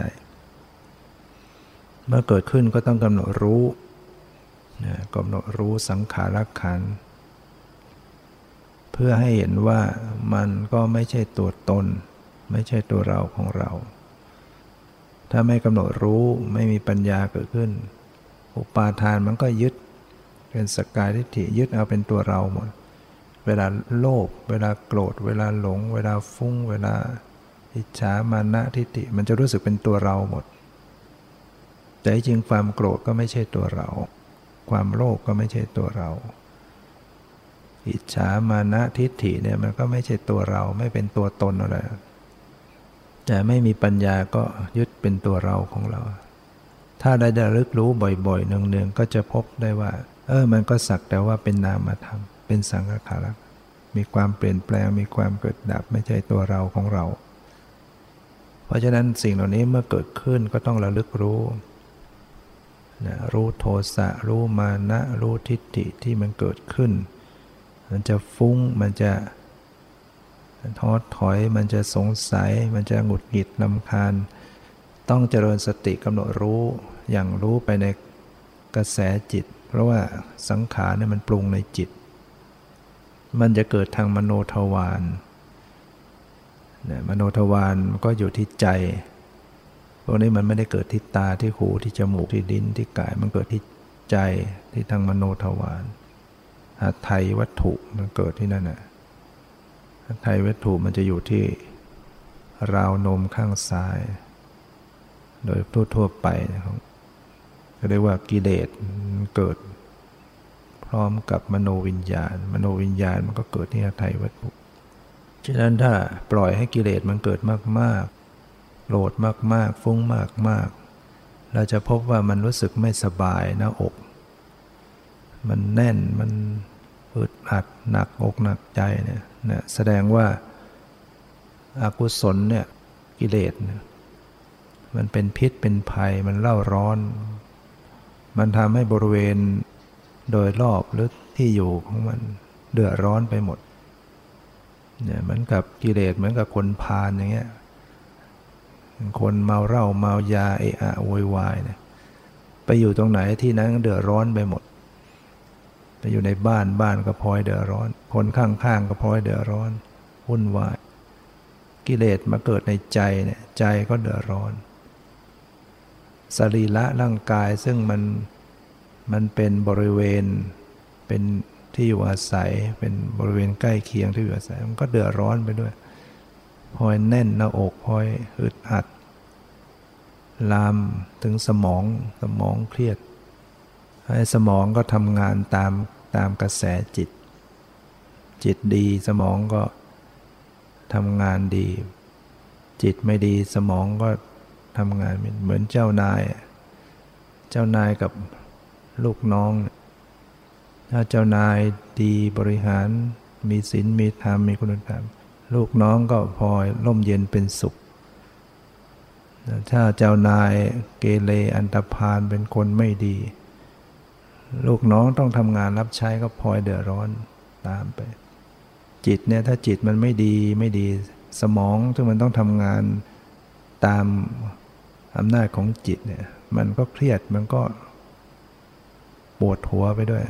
เมื่อเกิดขึ้นก็ต้องกำหนดรู้นะกำหนดรู้สังขารขันธ์เพื่อให้เห็นว่ามันก็ไม่ใช่ตัวตนไม่ใช่ตัวเราของเราถ้าไม่กำหนดรู้ไม่มีปัญญาเกิดขึ้นอุปาทานมันก็ยึดเป็นสกายทิฏฐิยึดเอาเป็นตัวเราหมดเวลาโลภเวลาโกรธเวลาหลงเวลาฟุ้งเวลาอิจฉามานะทิฏฐิมันจะรู้สึกเป็นตัวเราหมดแต่จริงความโกรธก็ไม่ใช่ตัวเราความโลภก็ไม่ใช่ตัวเราอิจฉามานะทิฏฐิเนี่ยมันก็ไม่ใช่ตัวเราไม่เป็นตัวตนอะไรแต่ไม่มีปัญญาก็ยึดเป็นตัวเราของเราถ้าได้ระลึกรู้บ่อยๆเนืองๆก็จะพบได้ว่าเออมันก็สักแต่ว่าเป็นนามธรรมเป็นสังขารมีความเปลี่ยนแปลงมีความเกิดดับไม่ใช่ตัวเราของเราเพราะฉะนั้นสิ่งเหล่านี้เมื่อเกิดขึ้นก็ต้องระลึกรู้นะรู้โทสะรู้มานะรู้ทิฏฐิที่มันเกิดขึ้นมันจะฟุ้งมันจะท้อถอยมันจะสงสัยมันจะหงุดหงิดรำคาญต้องเจริญสติกำหนดรู้อย่างรู้ไปในกระแสจิตเพราะว่าสังขารเนี่ยมันปรุงในจิตมันจะเกิดทางมโนทวารเนี่ยมโนทวารก็อยู่ที่ใจพวกนี้มันไม่ได้เกิดที่ตาที่หูที่จมูกที่ลิ้นที่กายมันเกิดที่ใจที่ทางมโนทวารหทัยวัตถุมันเกิดที่นั่นน่ะหทัยวัตถุมันจะอยู่ที่ราวนมข้างซ้ายโดยทั่วๆไปนะครับเรียกว่ากิเลสเกิดพร้อมกับมโนวิญญาณมโนวิญญาณมันก็เกิดที่หทัยวัตถุฉะนั้นถ้าปล่อยให้กิเลสมันเกิดมากๆโกรธมากๆฟุ้งมากๆเราจะพบว่ามันรู้สึกไม่สบายหน้าอกมันแน่นมันอึดอัดหนักอกหนักใจเนี่ยนะแสดงว่าอกุศลเนี่ยกิเลสเนี่ยมันเป็นพิษเป็นภัยมันเล่าร้อนมันทำให้บริเวณโดยรอบหรือที่อยู่ของมันเดือดร้อนไปหมดเนี่ยเหมือนกับกิเลสเหมือนกับคนพาลอย่างเงี้ยคนเมาเหล้าเมายาเอะอะโวยวายเนี่ยไปอยู่ตรงไหนที่นั้นเดือดร้อนไปหมดไปอยู่ในบ้านบ้านก็พลอยเดือดร้อนคนข้างๆก็พลอยเดือดร้อนวุ่นวายกิเลสมาเกิดในใจเนี่ยใจก็เดือดร้อนสรีระร่างกายซึ่งมันมันเป็นบริเวณเป็นที่อยู่อาศัยเป็นบริเวณใกล้เคียงที่อยู่อาศัยมันก็เดือดร้อนไปด้วยพลอยแน่นหน้าอกพลอยอึดอัดลามถึงสมองสมองเครียดให้สมองก็ทำงานตามตามกระแสจิตจิตดีสมองก็ทำงานดีจิตไม่ดีสมองก็ทำงานเหมือนเจ้านายเจ้านายกับลูกน้องถ้าเจ้านายดีบริหารมีศีลมีธรรมมีคุณธรรมลูกน้องก็พลอยร่มเย็นเป็นสุขถ้าเจ้านายเกเรอันธพาลเป็นคนไม่ดีลูกน้องต้องทำงานรับใช้ก็พลอยเดือดร้อนตามไปจิตเนี่ยถ้าจิตมันไม่ดีไม่ดีสมองซึ่งมันต้องทำงานตามอำนาจของจิตเนี่ยมันก็เครียดมันก็ปวดหัวไปด้วย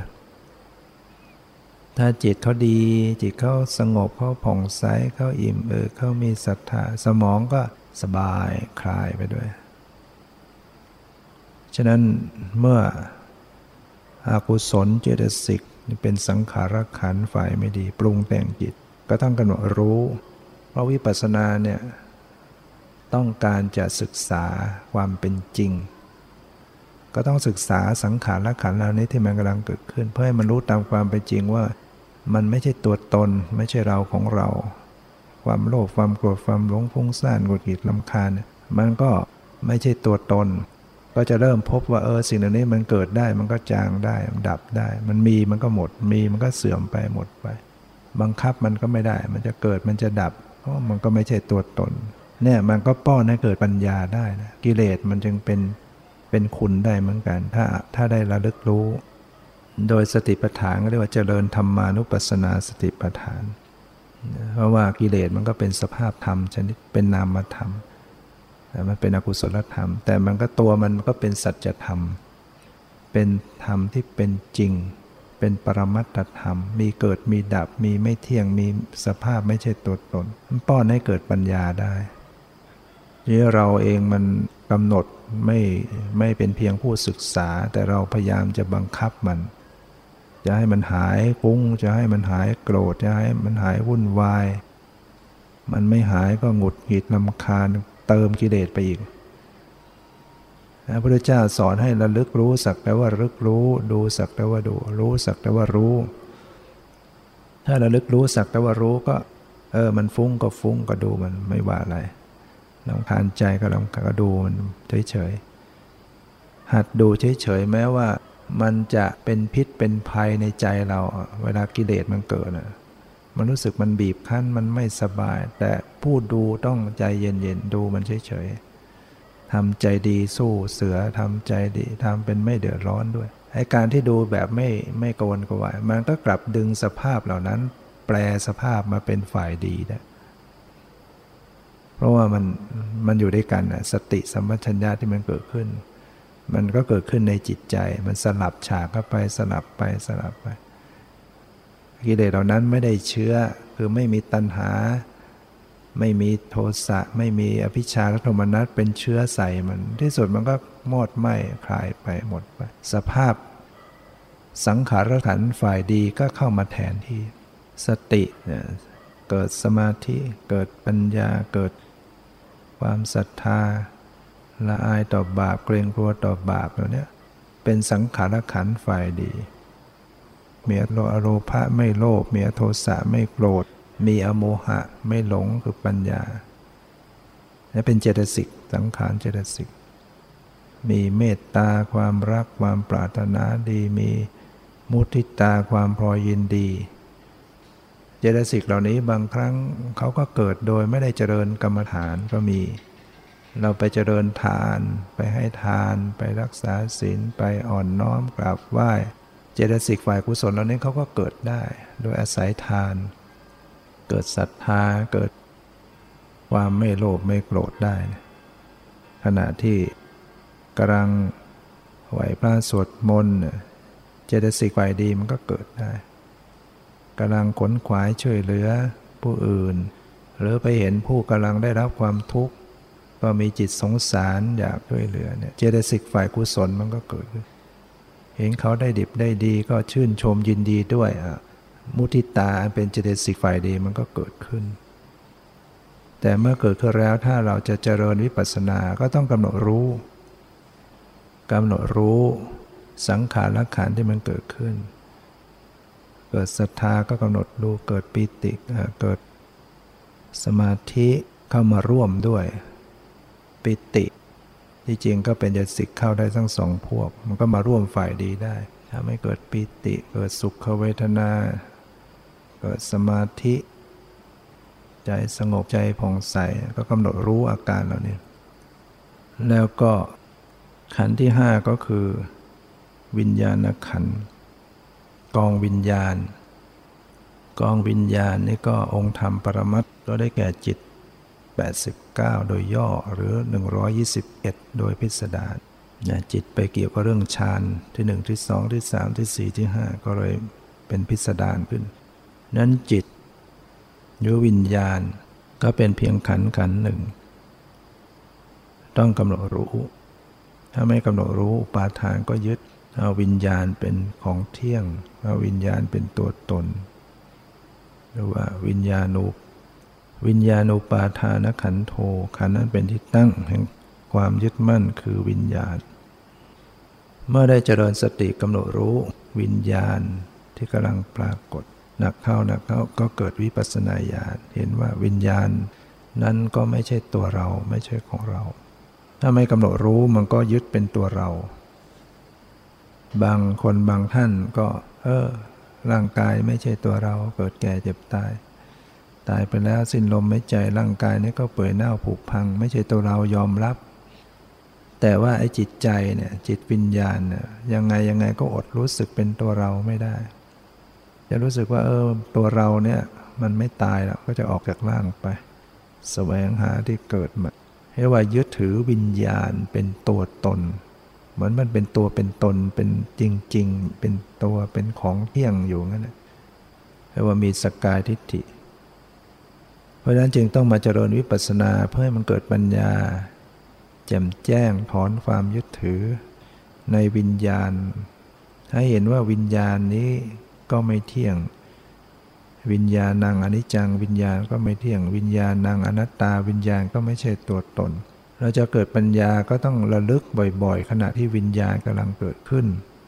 ถ้าจิตเขาดีจิตเขาสงบเขาผ่องใสเขาอิ่มเอิบเขามีศรัทธาสมองก็สบายคลายไปด้วยฉะนั้นเมื่ออกุศลเจตสิกเป็นสังขารขันธ์ฝ่ายไม่ดีปรุงแต่งจิตก็ต้องกำหนดรู้เพราะวิปัสสนาเนี่ยต้องการจะศึกษาความเป็นจริงก็ต้องศึกษาสังขารขันธ์เหล่านี้ที่มันกำลังเกิดขึ้นเพื่อให้มันรู้ตามความเป็นจริงว่ามันไม่ใช่ตัวตนไม่ใช่เราของเราความโลภความโกรธความหลงฟุ้งซ่านหงุดหงิดรำคาญมันก็ไม่ใช่ตัวตนก็จะเริ่มพบว่าเออสิ่งเหล่านี้มันเกิดได้มันก็จางได้มันดับได้มันมีมันก็หมดมีมันก็เสื่อมไปหมดไปบังคับมันก็ไม่ได้มันจะเกิดมันจะดับเพราะมันก็ไม่ใช่ตัวตนเนี่ยมันก็ป้อนให้เกิดปัญญาได้นะกิเลสมันจึงเป็นเป็นคุณได้เหมือนกันถ้าถ้าได้ระลึกรู้โดยสติปัฏฐานก็เรียกว่าเจริญธรรมานุปัสสนาสติปัฏฐานเพราะว่ากิเลสมันก็เป็นสภาพธรรมชนิดเป็นนามธรรมแต่มันเป็นอกุศลธรรมแต่มันก็ตัวมันก็เป็นสัจธรรมเป็นธรรมที่เป็นจริงเป็นปรมัตถธรรมมีเกิดมีดับมีไม่เที่ยงมีสภาพไม่ใช่ตัวตนมันป้อนให้เกิดปัญญาได้ที่เราเองมันกำหนดไม่ไม่เป็นเพียงผู้ศึกษาแต่เราพยายามจะบังคับมันจะให้มันหายฟุ้งจะให้มันหายโกรธจะให้มันหายวุ่นวายมันไม่หายก็หงุดหงิดรำคาญเติมกิเลสไปอีกพระพุทธเจ้าสอนให้ระลึกรู้สักแต่ว่าระลึกรู้ดูสักแต่ว่าดูรู้สักแต่ว่ารู้ถ้าระลึกรู้สักแต่ว่ารู้ก็เออมันฟุ้งก็ฟุ้งก็ดูมันไม่ว่าอะไรรำคาญใจก็รำคาญก็ดูมันเฉยๆหัดดูเฉยๆแม้ว่ามันจะเป็นพิษเป็นภัยในใจเราเวลากิเลสมันเกิดนะมันรู้สึกมันบีบคั้นมันไม่สบายแต่ผู้ดูต้องใจเย็นๆดูมันเฉยๆทำใจดีสู้เสือทำใจดีทำเป็นไม่เดือดร้อนด้วยไอ้การที่ดูแบบไม่ไม่โกนกวายมันก็กลับดึงสภาพเหล่านั้นแปลสภาพมาเป็นฝ่ายดีได้เพราะว่ามันมันอยู่ด้วยกันนะสติสัมปชัญญะที่มันเกิดขึ้นมันก็เกิดขึ้นในจิตใจมันสลับฉากเข้าไปสลับไปสลับไปกิเลสเหล่านั้นไม่ได้เชื้อคือไม่มีตัณหาไม่มีโทสะไม่มีอภิชฌาและโทมนัสเป็นเชื้อใส่มันที่สุดมันก็มอดไหม้คลายไปหมดไปสภาพสังขารขันธ์ฝ่ายดีก็เข้ามาแทนที่สติเนี่ยเกิดสมาธิเกิดปัญญาเกิดความศรัทธาละอายต่อบาปเกรงกลัวต่อบาปเหล่านี้เป็นสังขารขันธ์ฝ่ายดีมีอโลภะไม่โลภมีอโทสะไม่โกรธมีอโมหะไม่หลงคือปัญญาและเป็นเจตสิกสังขารเจตสิกมีเมตตาความรักความปรารถนาดีมีมุทิตาความพอยินดีเจตสิกเหล่านี้บางครั้งเขาก็เกิดโดยไม่ได้เจริญกรรมฐานก็มีเราไปเจริญทานไปให้ทานไปรักษาศีลไปอ่อนน้อมกราบไหว้เจตสิกฝ่ายกุศลเหล่านี้เขาก็เกิดได้โดยอาศัยทานเกิดศรัทธาเกิดความไม่โลภไม่โกรธได้ขณะที่กำลังไหวพระสวดมนต์เจตสิกฝ่ายดีมันก็เกิดได้กำลังขวนขวายช่วยเหลือผู้อื่นหรือไปเห็นผู้กำลังได้รับความทุกข์ก็มีจิตสงสารอยากช่วยเหลือเนี่ยเจตสิกฝ่ายกุศลมันก็เกิดขึ้นเห็นเขาได้ดิบได้ดีก็ชื่นชมยินดีด้วยอ่ะมุทิตาเป็นเจตสิกฝ่ายดีมันก็เกิดขึ้นแต่เมื่อเกิดขึ้นแล้วถ้าเราจะเจริญวิปัสสนาก็ต้องกำหนดรู้กำหนดรู้สังขารขันธ์ที่มันเกิดขึ้นเกิดศรัทธาก็กำหนดรู้เกิดปีติเกิดสมาธิเข้ามาร่วมด้วยปิติที่จริงก็เป็นเจตสิกเข้าได้ทั้งสองพวกมันก็มาร่วมฝ่ายดีได้ทำให้เกิดปิติเกิดสุขเวทนาเกิดสมาธิใจสงบใจผ่องใสก็กำหนดรู้อาการเหล่านี้แล้วก็ขันธ์ที่ห้าก็คือวิญญาณขันธ์กองวิญญาณกองวิญญาณนี่ก็องค์ธรรมปรมัตถ์ก็ได้แก่จิตแปดสิบเก้าโดยย่อหรือหนึ่งร้อยยี่สิบเอ็ดโดยพิสดารนะจิตไปเกี่ยวกับเรื่องฌานที่หนึ่งที่สองที่สามที่สี่ที่ห้าก็เลยเป็นพิสดารขึ้นนั้นจิตหรือวิญญาณก็เป็นเพียงขันธ์ขันธ์หนึ่งต้องกำหนดรู้ถ้าไม่กำหนดรู้อุปาทานก็ยึดเอาวิญญาณเป็นของเที่ยงเอาวิญญาณเป็นตัวตนหรือว่าวิญญาณุวิญญาณุปาทานขันโธขันธ์นั้นเป็นที่ตั้งแห่งความยึดมั่นคือวิญญาณเมื่อได้เจริญสติกำหนดรู้วิญญาณที่กำลังปรากฏหนักเข้าหนักเข้าก็เกิดวิปัสสนาญาณเห็นว่าวิญญาณนั้นก็ไม่ใช่ตัวเราไม่ใช่ของเราถ้าไม่กำหนดรู้มันก็ยึดเป็นตัวเราบางคนบางท่านก็เออร่างกายไม่ใช่ตัวเราเกิดแก่เจ็บตายตายไปแล้วสิ้นลมหายใจร่างกายนี้ก็เปื่อยเน่าผุพังไม่ใช่ตัวเรายอมรับแต่ว่าไอ้จิตใจเนี่ยจิตวิญญาณเนี่ยยังไงยังไงก็อดรู้สึกเป็นตัวเราไม่ได้จะรู้สึกว่าเออตัวเราเนี่ยมันไม่ตายแล้วก็จะออกจากร่างไปแสวงหาที่เกิดมาให้ว่ายึดถือวิญญาณเป็นตัวตนเหมือนมันเป็นตัวเป็นตนเป็นจริงๆเป็นตัวเป็นของเที่ยงอยู่งั้นแหละให้ว่ามีสักกายทิฏฐิเพราะฉะนั้นจึงต้องมาเจริญวิปัสสนาเพื่อให้มันเกิดปัญญาแจ่มแจ้งถอนความยึดถือในวิญญาณให้เห็นว่าวิญญาณนี้ก็ไม่เที่ยงวิญญาณังอนิจจังวิญญาณก็ไม่เที่ยงวิญญาณังอนัตตาวิญญาณก็ไม่ใช่ตัวตนเราจะเกิดปัญญาก็ต้องระลึกบ่อยๆขณะที่วิญญาณกำลังเกิดขึ้น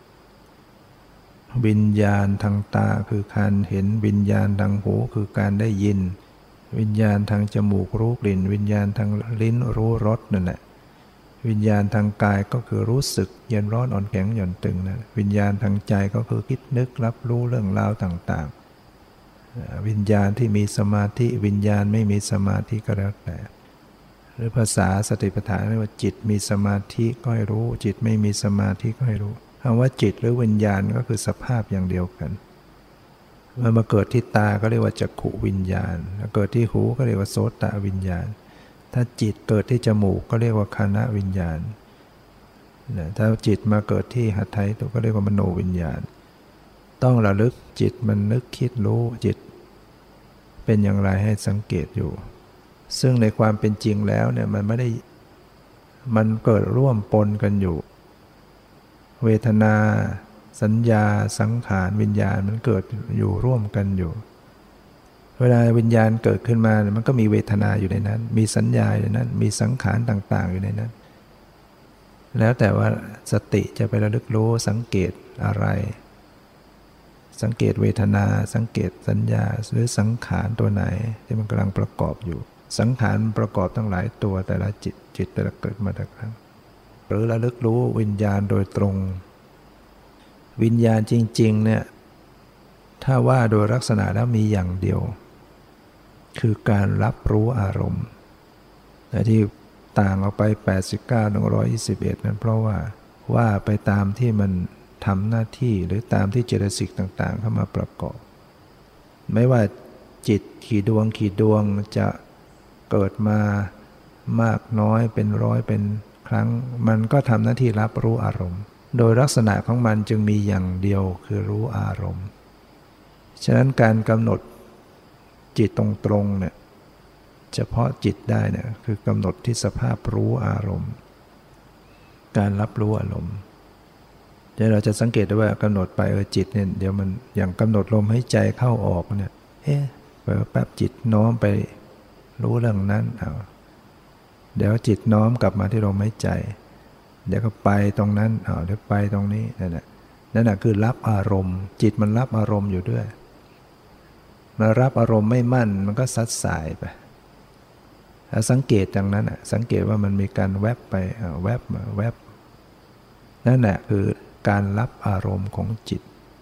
วิญญาณทางตาคือการเห็นวิญญาณทางหูคือการได้ยินวิญญาณทางจมูกรู้กลิ่นวิญญาณทางลิ้นรู้รสนั่นแหละวิญญาณทางกายก็คือรู้สึกเย็นร้อนอ่อนแข็งหย่อนตึงนะวิญญาณทางใจก็คือคิดนึกรับรู้เรื่องราวต่างๆวิญญาณที่มีสมาธิวิญญาณไม่มีสมาธิก็แล้วแต่หรือภาษาสติปัฏฐานเรียกว่าจิตมีสมาธิก็ให้รู้จิตไม่มีสมาธิก็ให้รู้คำว่าจิตหรือวิญญาณก็คือสภาพอย่างเดียวกันเมื่อมาเกิดที่ตาก็เรียกว่าจักขุวิญญาณเกิดที่หูก็เรียกว่าโสตวิญญาณถ้าจิตเกิดที่จมูกก็เรียกว่าฆานวิญญาณถ้าจิตมาเกิดที่หัตถ์ตัวก็เรียกว่ามโนวิญญาณต้องระลึกจิตมันนึกคิดรู้จิตเป็นอย่างไรให้สังเกตอยู่ซึ่งในความเป็นจริงแล้วเนี่ยมันไม่ได้มันเกิดร่วมปนกันอยู่เวทนาสัญญาสังขารวิญญาณมันเกิดอยู่ร่วมกันอยู่เวลาวิญญาณเกิดขึ้นมามันก็มีเวทนาอยู่ในนั้นมีสัญญาอยู่ในนั้นมีสังขารต่างๆอยู่ในนั้นแล้วแต่ว่าสติจะไประลึกรู้สังเกตอะไรสังเกตเวทนาสังเกตสัญญาหรือสังขารตัวไหนที่มันกำลังประกอบอยู่สังขารประกอบตั้งหลายตัวแต่ละจิตจิตแต่ละเกิดมาแต่ครั้งหรือระลึกรู้วิญญาณโดยตรงวิญญาณจริงๆเนี่ยถ้าว่าโดยลักษณะแล้วมีอย่างเดียวคือการรับรู้อารมณ์แต่ที่ต่างออกไปแปดสิบเก้า หนึ่งร้อยยี่สิบเอ็ดนั้นเพราะว่าว่าไปตามที่มันทำหน้าที่หรือตามที่เจตสิกต่างๆเข้ามาประกอบไม่ว่าจิตกี่ดวงกี่ดวงจะเกิดมามากน้อยเป็นร้อยเป็นครั้งมันก็ทำหน้าที่รับรู้อารมณ์โดยลักษณะของมันจึงมีอย่างเดียวคือรู้อารมณ์ฉะนั้นการกำหนดจิตตรงๆเนี่ยเฉพาะจิตได้เนี่ยคือกำหนดที่สภาพรู้อารมณ์การรับรู้อารมณ์เดี๋ยวเราจะสังเกตได้ว่ากำหนดไปเออจิตเนี่ยเดี๋ยวมันอย่างกำหนดลมหายใจเข้าออกเนี่ยเอ๊ะแป๊บจิตน้อมไปรู้เรื่องนั้นเอาเดี๋ยวจิตน้อมกลับมาที่ลมหายใจเดี๋ยวก็ไปตรงนั้นเอาเดี๋ยวไปตรงนี้นั่นแหละนั่นแหละคือรับอารมณ์จิตมันรับอารมณ์อยู่ด้วยมารับอารมณ์ไม่มั่นมันก็ซัดสายไปถ้าสังเกตอย่างนั้นอ่ะสังเกตว่ามันมีการแวบไปแวบมาแวบนั่นแหละคือการรับอารมณ์ของจิต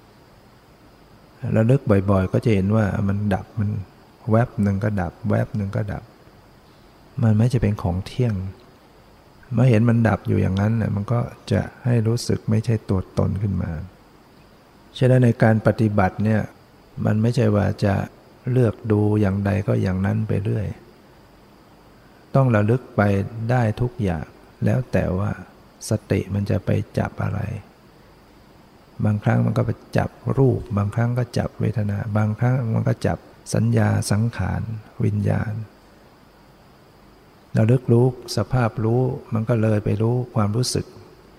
ระลึกบ่อยๆก็จะเห็นว่ามันดับมันแวบหนึ่งก็ดับแวบหนึ่งก็ดับมันไม่จะเป็นของเที่ยงเมื่อเห็นมันดับอยู่อย่างนั้นเนี่ยมันก็จะให้รู้สึกไม่ใช่ตัวตนขึ้นมาฉะนั้นในการปฏิบัติเนี่ยมันไม่ใช่ว่าจะเลือกดูอย่างใดก็อย่างนั้นไปเรื่อยต้องระลึกไปได้ทุกอย่างแล้วแต่ว่าสติมันจะไปจับอะไรบางครั้งมันก็ไปจับรูปบางครั้งก็จับเวทนาบางครั้งมันก็จับสัญญาสังขารวิญญาณระลึกรู้สภาพรู้มันก็เลยไปรู้ความรู้สึก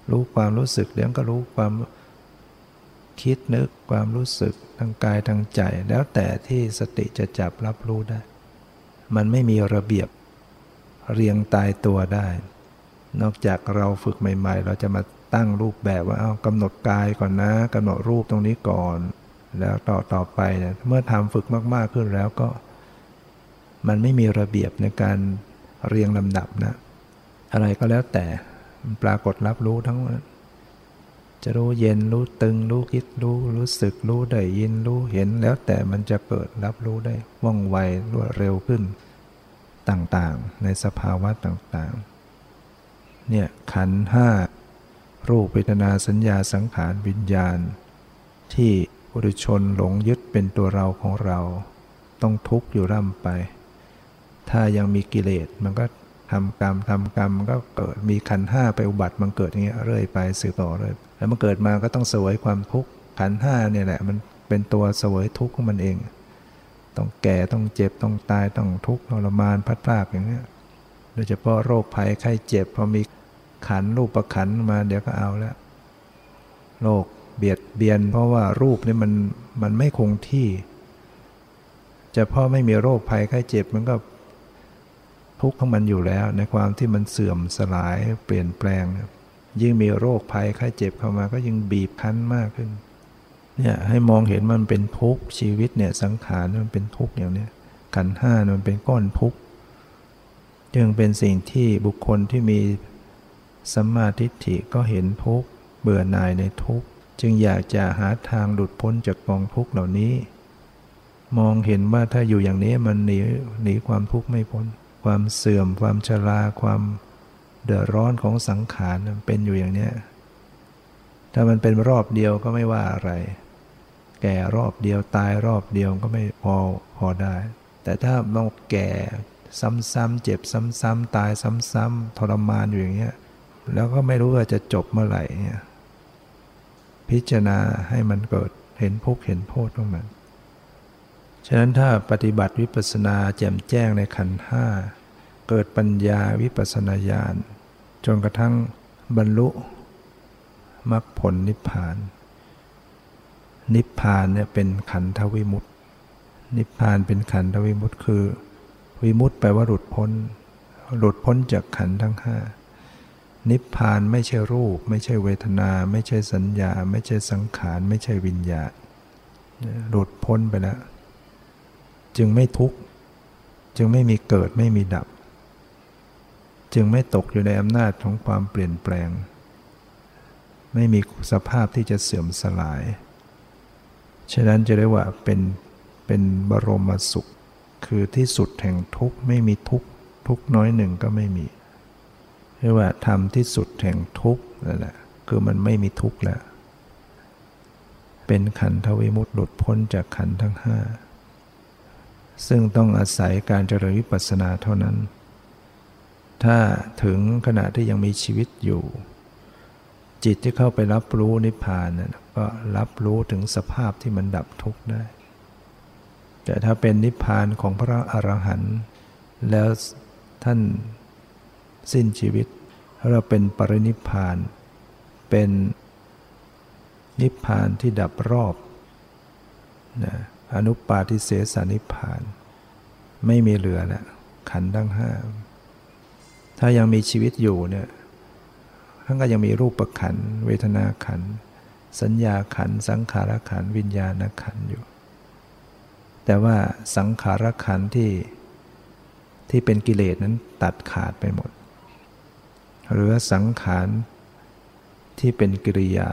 รู้ความรู้สึกเดี๋ยวก็รู้ความคิดนึกความรู้สึกทางกายทางใจแล้วแต่ที่สติจะจับรับรู้ได้มันไม่มีระเบียบเรียงตายตัวได้นอกจากเราฝึกใหม่ๆเราจะมาตั้งรูปแบบว่าเอากำหนดกายก่อนนะกำหนดรูปตรงนี้ก่อนแล้วต่อต่อไปเนี่ยเมื่อทำฝึกมากๆขึ้นแล้วก็มันไม่มีระเบียบในการเรียงลำดับนะอะไรก็แล้วแต่มันปรากฏรับรู้ทั้งหมดจะรู้เย็นรู้ตึงรู้คิดรู้รู้สึกรู้ได้ยินรู้เห็นแล้วแต่มันจะเกิดรับรู้ได้ว่องไวรวดเร็วขึ้นต่างๆในสภาวะต่างๆเนี่ยขันธ์ห้ารูปเวทนาสัญญาสังขารวิญญาณที่ปุถุชนหลงยึดเป็นตัวเราของเราต้องทุกข์อยู่ร่ำไปถ้ายังมีกิเลสมันก็ทำกรรมทำกรรมมันก็เกิดมีขันธ์ห้าไปอุบัติมันเกิดอย่างเงี้ยเรื่อยไปสืบต่อเลยแล้วมันเกิดมาก็ต้องเสวยความทุกข์ขันธ์ห้าเนี่ยแหละมันเป็นตัวเสวยทุกข์ของมันเองต้องแก่ต้องเจ็บต้องตายต้องทุกข์ทรมานพัดพรากอย่างเงี้ยโดยเฉพาะโรคภัยไข้เจ็บพอมีขันธ์รูปขันธ์มาเดี๋ยวก็เอาแล้วโรคเบียดเบียนเพราะว่ารูปนี่มันมันไม่คงที่จะเพราะไม่มีโรคภัยไข้เจ็บมันก็ทุกข์ของมันอยู่แล้วในความที่มันเสื่อมสลายเปลี่ยนแปลงยิ่งมีโรคภัยไข้เจ็บเข้ามาก็ยิ่งบีบคั้นมากขึ้นเนี่ยให้มองเห็นมันเป็นทุกข์ชีวิตเนี่ยสังขารมันเป็นทุกข์อย่างนี้ขันธ์ห้ามันเป็นก้อนทุกข์จึงเป็นสิ่งที่บุคคลที่มีสัมมาทิฏฐิก็เห็นทุกข์เบื่อหน่ายในทุกข์จึงอยากจะหาทางหลุดพ้นจากกองทุกข์เหล่านี้มองเห็นว่าถ้าอยู่อย่างนี้มันหนีหนีความทุกข์ไม่พ้นความเสื่อมความชราความเดือดร้อนของสังขารเป็นอยู่อย่างนี้ถ้ามันเป็นรอบเดียวก็ไม่ว่าอะไรแก่รอบเดียวตายรอบเดียวก็ไม่พอพอได้แต่ถ้าเราแก่ซ้ำๆเจ็บซ้ำๆตายซ้ำๆทรมานอยู่อย่างเงี้ยแล้วก็ไม่รู้ว่าจะจบเมื่อไหร่เนี่ยพิจารณาให้มันเกิดเห็นทุกข์เห็นโทษของมันฉะนั้นถ้าปฏิบัติวิปัสสนาแจ่มแจ้งในขันธ์ห้าเกิดปัญญาวิปัสสนาญาณจนกระทั่งบรรลุมรรคผลนิพพานนิพพานเนี่ยเป็นขันธวิมุตตินิพพานเป็นขันธวิมุตติคือวิมุตติแปลว่าหลุดพ้นหลุดพ้นจากขันธ์ทั้งห้านิพพานไม่ใช่รูปไม่ใช่เวทนาไม่ใช่สัญญาไม่ใช่สังขารไม่ใช่วิญญาณหลุดพ้นไปแล้วจึงไม่ทุกข์จึงไม่มีเกิดไม่มีดับจึงไม่ตกอยู่ในอำนาจของความเปลี่ยนแปลงไม่มีสภาพที่จะเสื่อมสลายฉะนั้นจะเรียกว่าเป็นเป็นบรมสุขคือที่สุดแห่งทุกข์ไม่มีทุกข์ทุกข์น้อยหนึ่งก็ไม่มีเรียกว่าธรรมที่สุดแห่งทุกข์นั่นแหละคือมันไม่มีทุกข์แล้วเป็นขันธวิมุตติหลุดพ้นจากขันธ์ทั้งห้าซึ่งต้องอาศัยการเจริญวิปัสสนาเท่านั้นถ้าถึงขณะที่ยังมีชีวิตอยู่จิตที่เข้าไปรับรู้นิพพานนั้นก็รับรู้ถึงสภาพที่มันดับทุกข์ได้แต่ถ้าเป็นนิพพานของพระอรหันต์แล้วท่านสิ้นชีวิตเราเป็นปรินิพพานเป็นนิพพานที่ดับรอบนะอนุปาทิเสสนิพพานไม่มีเหลือแล้วขันธ์ทั้งห้าถ้ายังมีชีวิตอยู่เนี่ยท่านก็ยังมีรูปขันธ์เวทนาขันธ์สัญญาขันธ์สังขารขันธ์วิญญาณขันธ์อยู่แต่ว่าสังขารขันธ์ที่ที่เป็นกิเลสนั้นตัดขาดไปหมดหรือสังขารที่เป็นกิริยา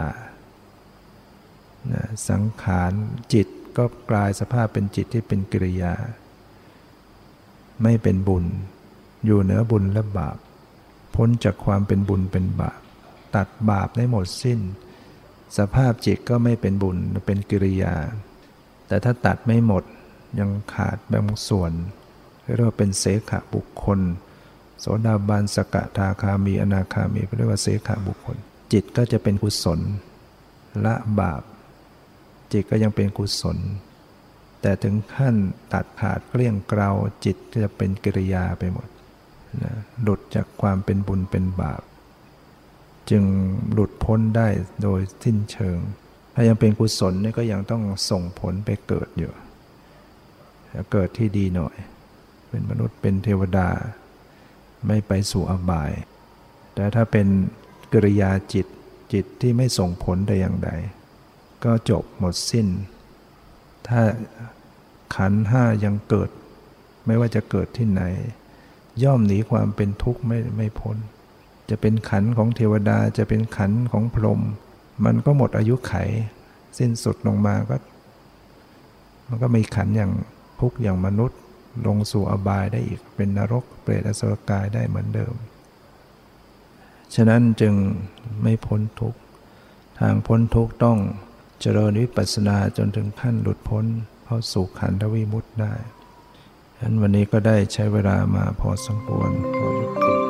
สังขารจิตก็กลายสภาพเป็นจิตที่เป็นกิริยาไม่เป็นบุญอยู่เหนือบุญและบาปพ้นจากความเป็นบุญเป็นบาปตัดบาปได้หมดสิ้นสภาพจิตก็ไม่เป็นบุญเป็นกิริยาแต่ถ้าตัดไม่หมดยังขาดบางส่วนเรียกว่าเป็นเสขบุคคลโสดาบันสกทาคามีอนาคามีเรียกว่าเสขบุคคลจิตก็จะเป็นกุศลละบาปจิตก็ยังเป็นกุศลแต่ถึงขั้นตัดขาดเกลี้ยงเกลาจิตจะเป็นกิริยาไปหมดนะหลุดจากความเป็นบุญเป็นบาปจึงหลุดพ้นได้โดยสิ้นเชิงถ้ายังเป็นกุศลนี่ก็ยังต้องส่งผลไปเกิดอยู่เกิดที่ดีหน่อยเป็นมนุษย์เป็นเทวดาไม่ไปสู่อบายแต่ถ้าเป็นกิริยาจิตจิตที่ไม่ส่งผลแต่อย่างใดก็จบหมดสิ้นถ้าขันธ์ห้ายังเกิดไม่ว่าจะเกิดที่ไหนย่อมหนีความเป็นทุกข์ไม่ไม่พ้นจะเป็นขันธ์ของเทวดาจะเป็นขันธ์ของพรหมมันก็หมดอายุไขสิ้นสุดลงมาก็มันก็มีขันธ์อย่างทุกข์อย่างมนุษย์ลงสู่อบายได้อีกเป็นนรกเปรตอสุรกายได้เหมือนเดิมฉะนั้นจึงไม่พ้นทุกข์ทางพ้นทุกข์ต้องเจริญวิปัสสนาจนถึงขั้นหลุดพ้นเข้าสู่ขันธวิมุตติได้ฉะนั้นวันนี้ก็ได้ใช้เวลามาพอสมควรขอยุติ